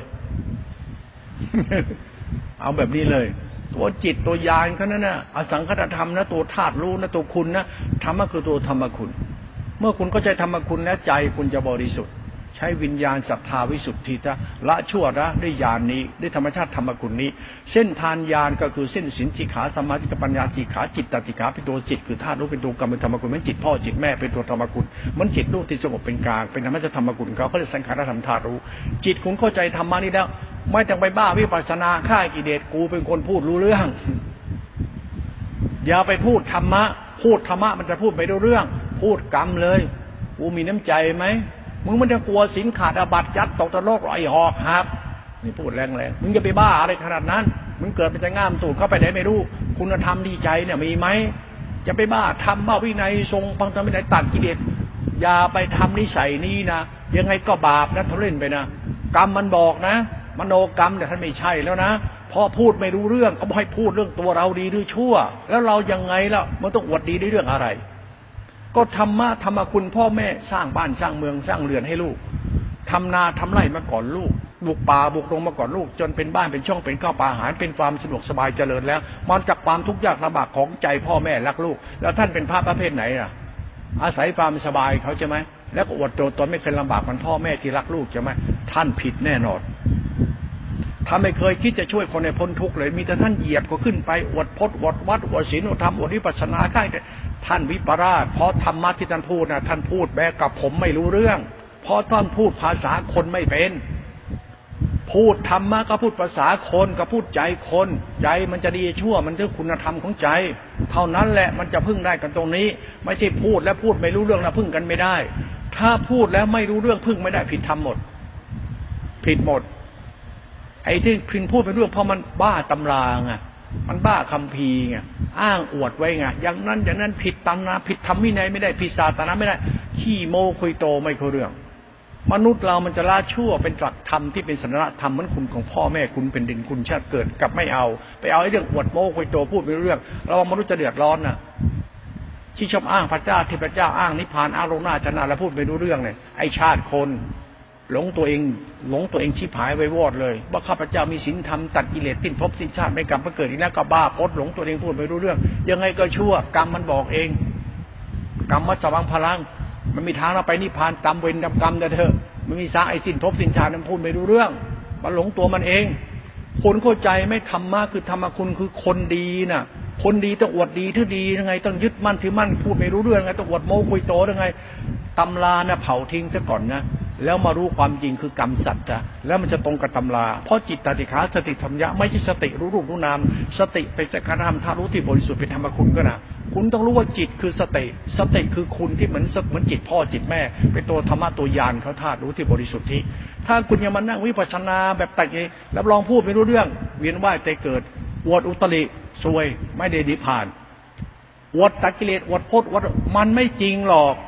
เอาแบบนี้เลยตัวจิตตัวยานเขานั่นนะอสังคตธรรมนะตัวธาตุรู้นะตัวคุณนะธรรมะคือตัวธรรมคุณเมื่อคุณเข้าใจธรรมคุณแล้วใจคุณจะบริสุทธิ์ใช้วิญญาณศรัทธาวิสุทธิตะละชั่วละด้วยญาณนี้ด้วยธรรมชาติธรรมกุลนี้เส้นทานญาณก็คือเส้นศีลจิขาสมาธิปัญญาจิขาจิตตติขาเป็นตัวจิตคือธาตุรู้เป็นตัวกรรมเป็นธรรมกุลเหมือนจิตพ่อจิตแม่เป็นตัวธรรมกุลเหมือนจิตรู้ที่สงบเป็นกลางเป็นธรรมชาติธรรมกุลเขาเรียกสังขารธรรมธาตุรู้จิตคุณเข้าใจธรรมะนี้แล้วไม่ต้องไปบ้าวิปัสสนาฆ่ากิเลสกูเป็นคนพูดรู้เรื่องอย่าไปพูดธรรมะพูดธรรมะมันจะพูดไปรู้เรื่องพูดกรรมเลยกูมีน้ำใจไหมมึงมันจะกลัวศีลขาดอาบัติยัดตกตะโลกไอ้หอกครับนี่พูดแรงๆมึงจะไปบ้าอะไรขนาดนั้นมึงเกิดเป็นจะง่ามตูดเข้าไปได้ไม่รู้คุณธรรมดีใจเนี่ยมีไหมจะไปบ้าทำบ้าวินัยทรงพังธรรมวินัยตัดกิเลสอย่าไปทำนิสัยนี้นะยังไงก็บาปนะทะเล่นไปนะกรรมมันบอกนะมโนกรรมแต่ท่านไม่ใช่แล้วนะพอพูดไม่รู้เรื่องก็บอกให้พูดเรื่องตัวเราดีหรือชั่วแล้วเรายังไงล่ะมันต้องอวดดีในเรื่องอะไรก็ธรรมะธรรมคุณพ่อแม่สร้างบ้านสร้างเมืองสร้างเรือนให้ลูกทำนาทำไร่มาก่อนลูกบุกป่าบุกรงมาก่อนลูกจนเป็นบ้านเป็นช่องเป็นข้าวปลาอาหารเป็นความสะดวกสบายเจริญแล้วมันจากความทุกข์ยากลำบากของใจพ่อแม่รักลูกแล้วท่านเป็นพระประเภทไหนล่ะอาศัยความสบายเขาใช่ไหมแล้วก็อวดตัวตนไม่เคยลำบากเหมือนพ่อแม่ที่รักลูกใช่ไหมท่านผิดแน่นอนถ้าไม่เคยคิดจะช่วยคนในพ้นทุกข์เลยมีแต่ท่านเหยียบก็ขึ้นไปอวดพจน์อวดวัดอวดศีลอวดธรรมอวดวิปัสสนาค่ายท่านวิปราชเพราะธรรมะที่ท่านพูดนะท่านพูดแบบกับผมไม่รู้เรื่องเพราะท่านพูดภาษาคนไม่เป็นพูดธรรมะก็พูดภาษาคนก็พูดใจคนใจมันจะดีชั่วมันคือคุณธรรมของใจเท่านั้นแหละมันจะพึ่งได้กันตรงนี้ไม่ใช่พูดแล้วพูดไม่รู้เรื่องแล้วพึ่งกันไม่ได้ถ้าพูดแล้วไม่รู้เรื่องพึ่งไม่ได้ผิดธรรมหมดผิดหมดไอ้ที่พินพูดไปเรื่องเพราะมันบ้าตำราไงมันบ้าคัมภีร์ไงอ้างอวดไว้ไงอย่างนั้นผิดตำราผิดธรรมวินัยไม่ได้ผิดศาสนาไม่ได้ขี้โมคุยโตไม่เข้าเรื่องมนุษย์เรามันจะละชั่วเป็นหลักธรรมที่เป็นสันธรรมเหมือนคุณของพ่อแม่คุณเป็นดินคุณชาติเกิดกับไม่เอาไปเอาไอ้เรื่องอวดโมคุยโตพูดไปเรื่องเรามนุษย์จะเดือดร้อนน่ะที่ชอบอ้างพระเจ้าที่พระเจ้าอ้างนิพพานอ้างโลกหน้าชนะแล้วพูดไม่รู้เรื่องเนี่ยไอ้ชาติคนหลงตัวเองชิบหายไว้วอดเลยว่าข้าพเจ้ามีศีลธรรมตัดกิเลสสิ้นภพสิ้นชาติไม่กลับมาเกิดอีกแล้วก็บ้าพดหลงตัวเองพูดไม่รู้เรื่องยังไงก็ชั่วกรรมมันบอกเองกรรมมันสว่างพลังมันมีทางเราไปนิพพานตามเวรตามกรรมเถอะมันมีสาไอ้สิ้นภพสิ้นชาติมันพูดไม่รู้เรื่องมันหลงตัวมันเองคนเข้าใจไม่ธรรมะคือธรรมคุณคือคนดีน่ะคนดีต้องอวดดีที่ดียังไงต้องยึดมั่นถือมั่นพูดไม่รู้เรื่องยังไงต้องอวดโม้คุยโตยังไงตำราน่ะเผาทิ้งซะก่อนนะแล้วมารู้ความจริงคือกรรมสัตว์แล้วมันจะตรงกับตำราเพราะจิตตติขาสติธรรมยะไม่ใช่สติรู้รูปรู้นามสติเป็นสังขารธรรมธาตุรู้ที่บริสุทธิ์เป็นธรรมคุณก็นะคุณต้องรู้ว่าจิตคือสติคือคุณที่เหมือนจิตพ่อจิตแม่เป็นตัวธรรมะตัวญาณเขาธาตุรู้ที่บริสุทธิ์ที่ถ้าคุณยังมานั่งวิปัสสนาแบบตัดเองรับรองพูดไม่รู้เรื่องเวียนว่ายแต่เกิดอวดอุตริซวยไม่ได้นิพพานอวดตัดกิเลสอวดพจน์อวดมันไม่จริงหรอก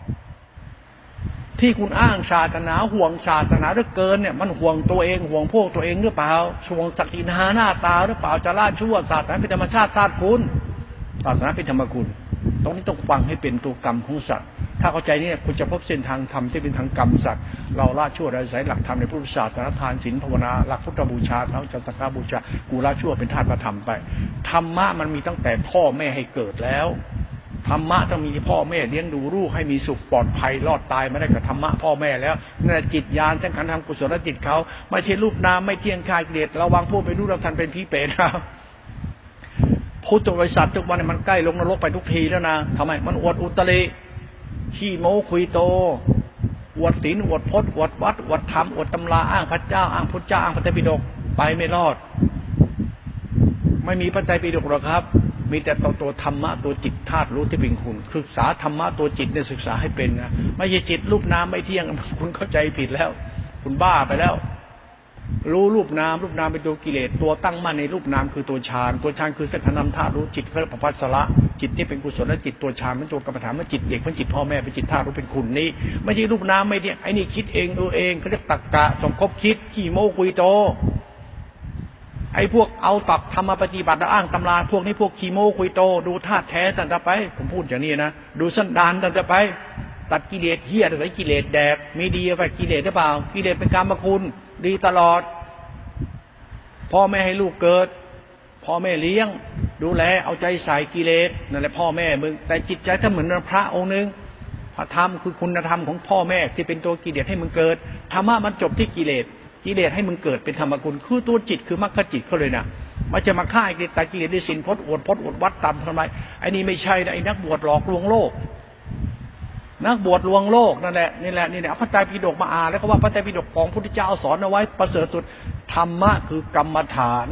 ที่คุณอ้างศาสนาห่วงศาสนาเหลือเกินเนี่ยมันห่วงตัวเองห่วงพวกตัวเองหรือเปล่าห่วงศักดินาหน้าตาหรือเปล่าจะละชั่วศาสนาเป็นธรรมชาติธาตุคุณศาสนาเป็นธรรมคุณตรงนี้ต้องฟังให้เป็นตัวกรรมของสัตว์ถ้าเข้าใจนี่คุณจะพบเส้นทางธรรมที่เป็นทางกรรมสัตว์เราละชั่วโดยอาศัยหลักธรรมในพุทธศาสนาทานศีลภาวนาหลักพุทธบูชาแล้วจะสักการบูชากูละชั่วเป็นธาตุประธรรมไปธรรมะมันมีตั้งแต่พ่อแม่ให้เกิดแล้วธรรมะต้องมีพ่อแม่เลี้ยงดูลูกให้มีสุขปลอดภัยรอดตายมาได้กับธรรมะพ่อแม่แล้วนั่นจิตญาณทั้งการทำกุศลจิตเขาไม่ใช่รูปนามไม่เที่ยงคายกิเลสระวังพูดไปรู้เราทันเป็นผีเปรตครับพุทธบริษัททุกวันมันใกล้ลงนรกไปทุกทีแล้วนะทำไมมันอวดอุตริขี้โม้คุยโตอวดศีลอวดพจน์อวดวัดอวดธรรมอวดตำราอ้างพระเจ้าอ้างพุทธเจ้าอ้างพระไตรปิฎกไปไม่รอดไม่มีพระไตรปิฎกหรอกครับมีแต่ตัวธรรมะตัวจิตธาตุรู้ที่เป็นคุณศึกษาธรรมะตัวจิตเนี่ยศึกษาให้เป็นนะไม่ใช่จิตรูปนามไม่เที่ยงคุณเข้าใจผิดแล้วคุณบ้าไปแล้วรู้รูปนามเป็นตัวกิเลสตัวตั้งมั่นในรูปนามคือตัวฌานคือสังขารนามธาตุรู้จิตคือปภัสสระจิตที่เป็นกุศลและจิตตัวฌานเป็นตัวกรรมฐานมันจิตเด็กมันจิตพ่อแม่เป็นจิตธาตุรู้เป็นคุณนี่ไม่ใช่รูปนามไม่เนี่ยไอ้นี่คิดเองเองเขาเรียกตรรกะสมคบคิดขี้โม้คุยโตไอ้พวกเอาตักทำมาปฏิบัติแล้วอ้างตำราพวกนี้พวกขี้โม้คุยโตดูธาตุแท้ตั้งแต่ไปผมพูดอย่างนี้นะดูสันดานตั้งแต่ไปตัดกิเลสเหี้ยหรือกิเลสแดกมีดีไปกิเลสหรือเปล่ากิเลสเป็นกามคุณดีตลอดพ่อแม่ให้ลูกเกิดพ่อแม่เลี้ยงดูแลเอาใจใส่กิเลสนั่นแหละพ่อแม่มึงแต่จิตใจถ้าเหมือนพระองค์นึงพระธรรมคือคุณธรรมของพ่อแม่ที่เป็นตัวกิเลสให้มึงเกิดธรรมะมันจบที่กิเลสให้มึงเกิดเป็นธรรมกุลคือตัวจิตคือมรรคจิตเขาเลยนะมันจะมาฆ่ากิเลสตากิเลสด้วยศีลพจน์อวดวัดตามทำไมไอ้นี่ไม่ใช่นะไอ้นักบวชหลอกลวงโลกนักบวชลวงโลกนั่นแหละนี่แหละพระไตรปิฎกมาอ่านแล้วก็ว่าพระไตรปิฎกของพุทธเจ้าสอนเอาไว้ประเสริฐสุดธรรมะคือกรรมฐาน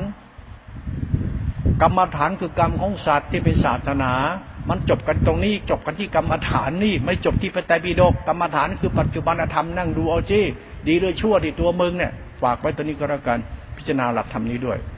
คือกรรมของสัตว์ที่เป็นศาสนามันจบกันตรงนี้จบกันที่กรรมฐานนี่ไม่จบที่พระไตรปิฎกกรรมฐานคือปัจจุบันธรรมนั่งดูเอาจี้ดีหรือชั่วดีตัวมึงเนี่ยฝากไว้ตัวนี้ก็แล้วกันพิจารณาหลักธรรมนี้ด้วย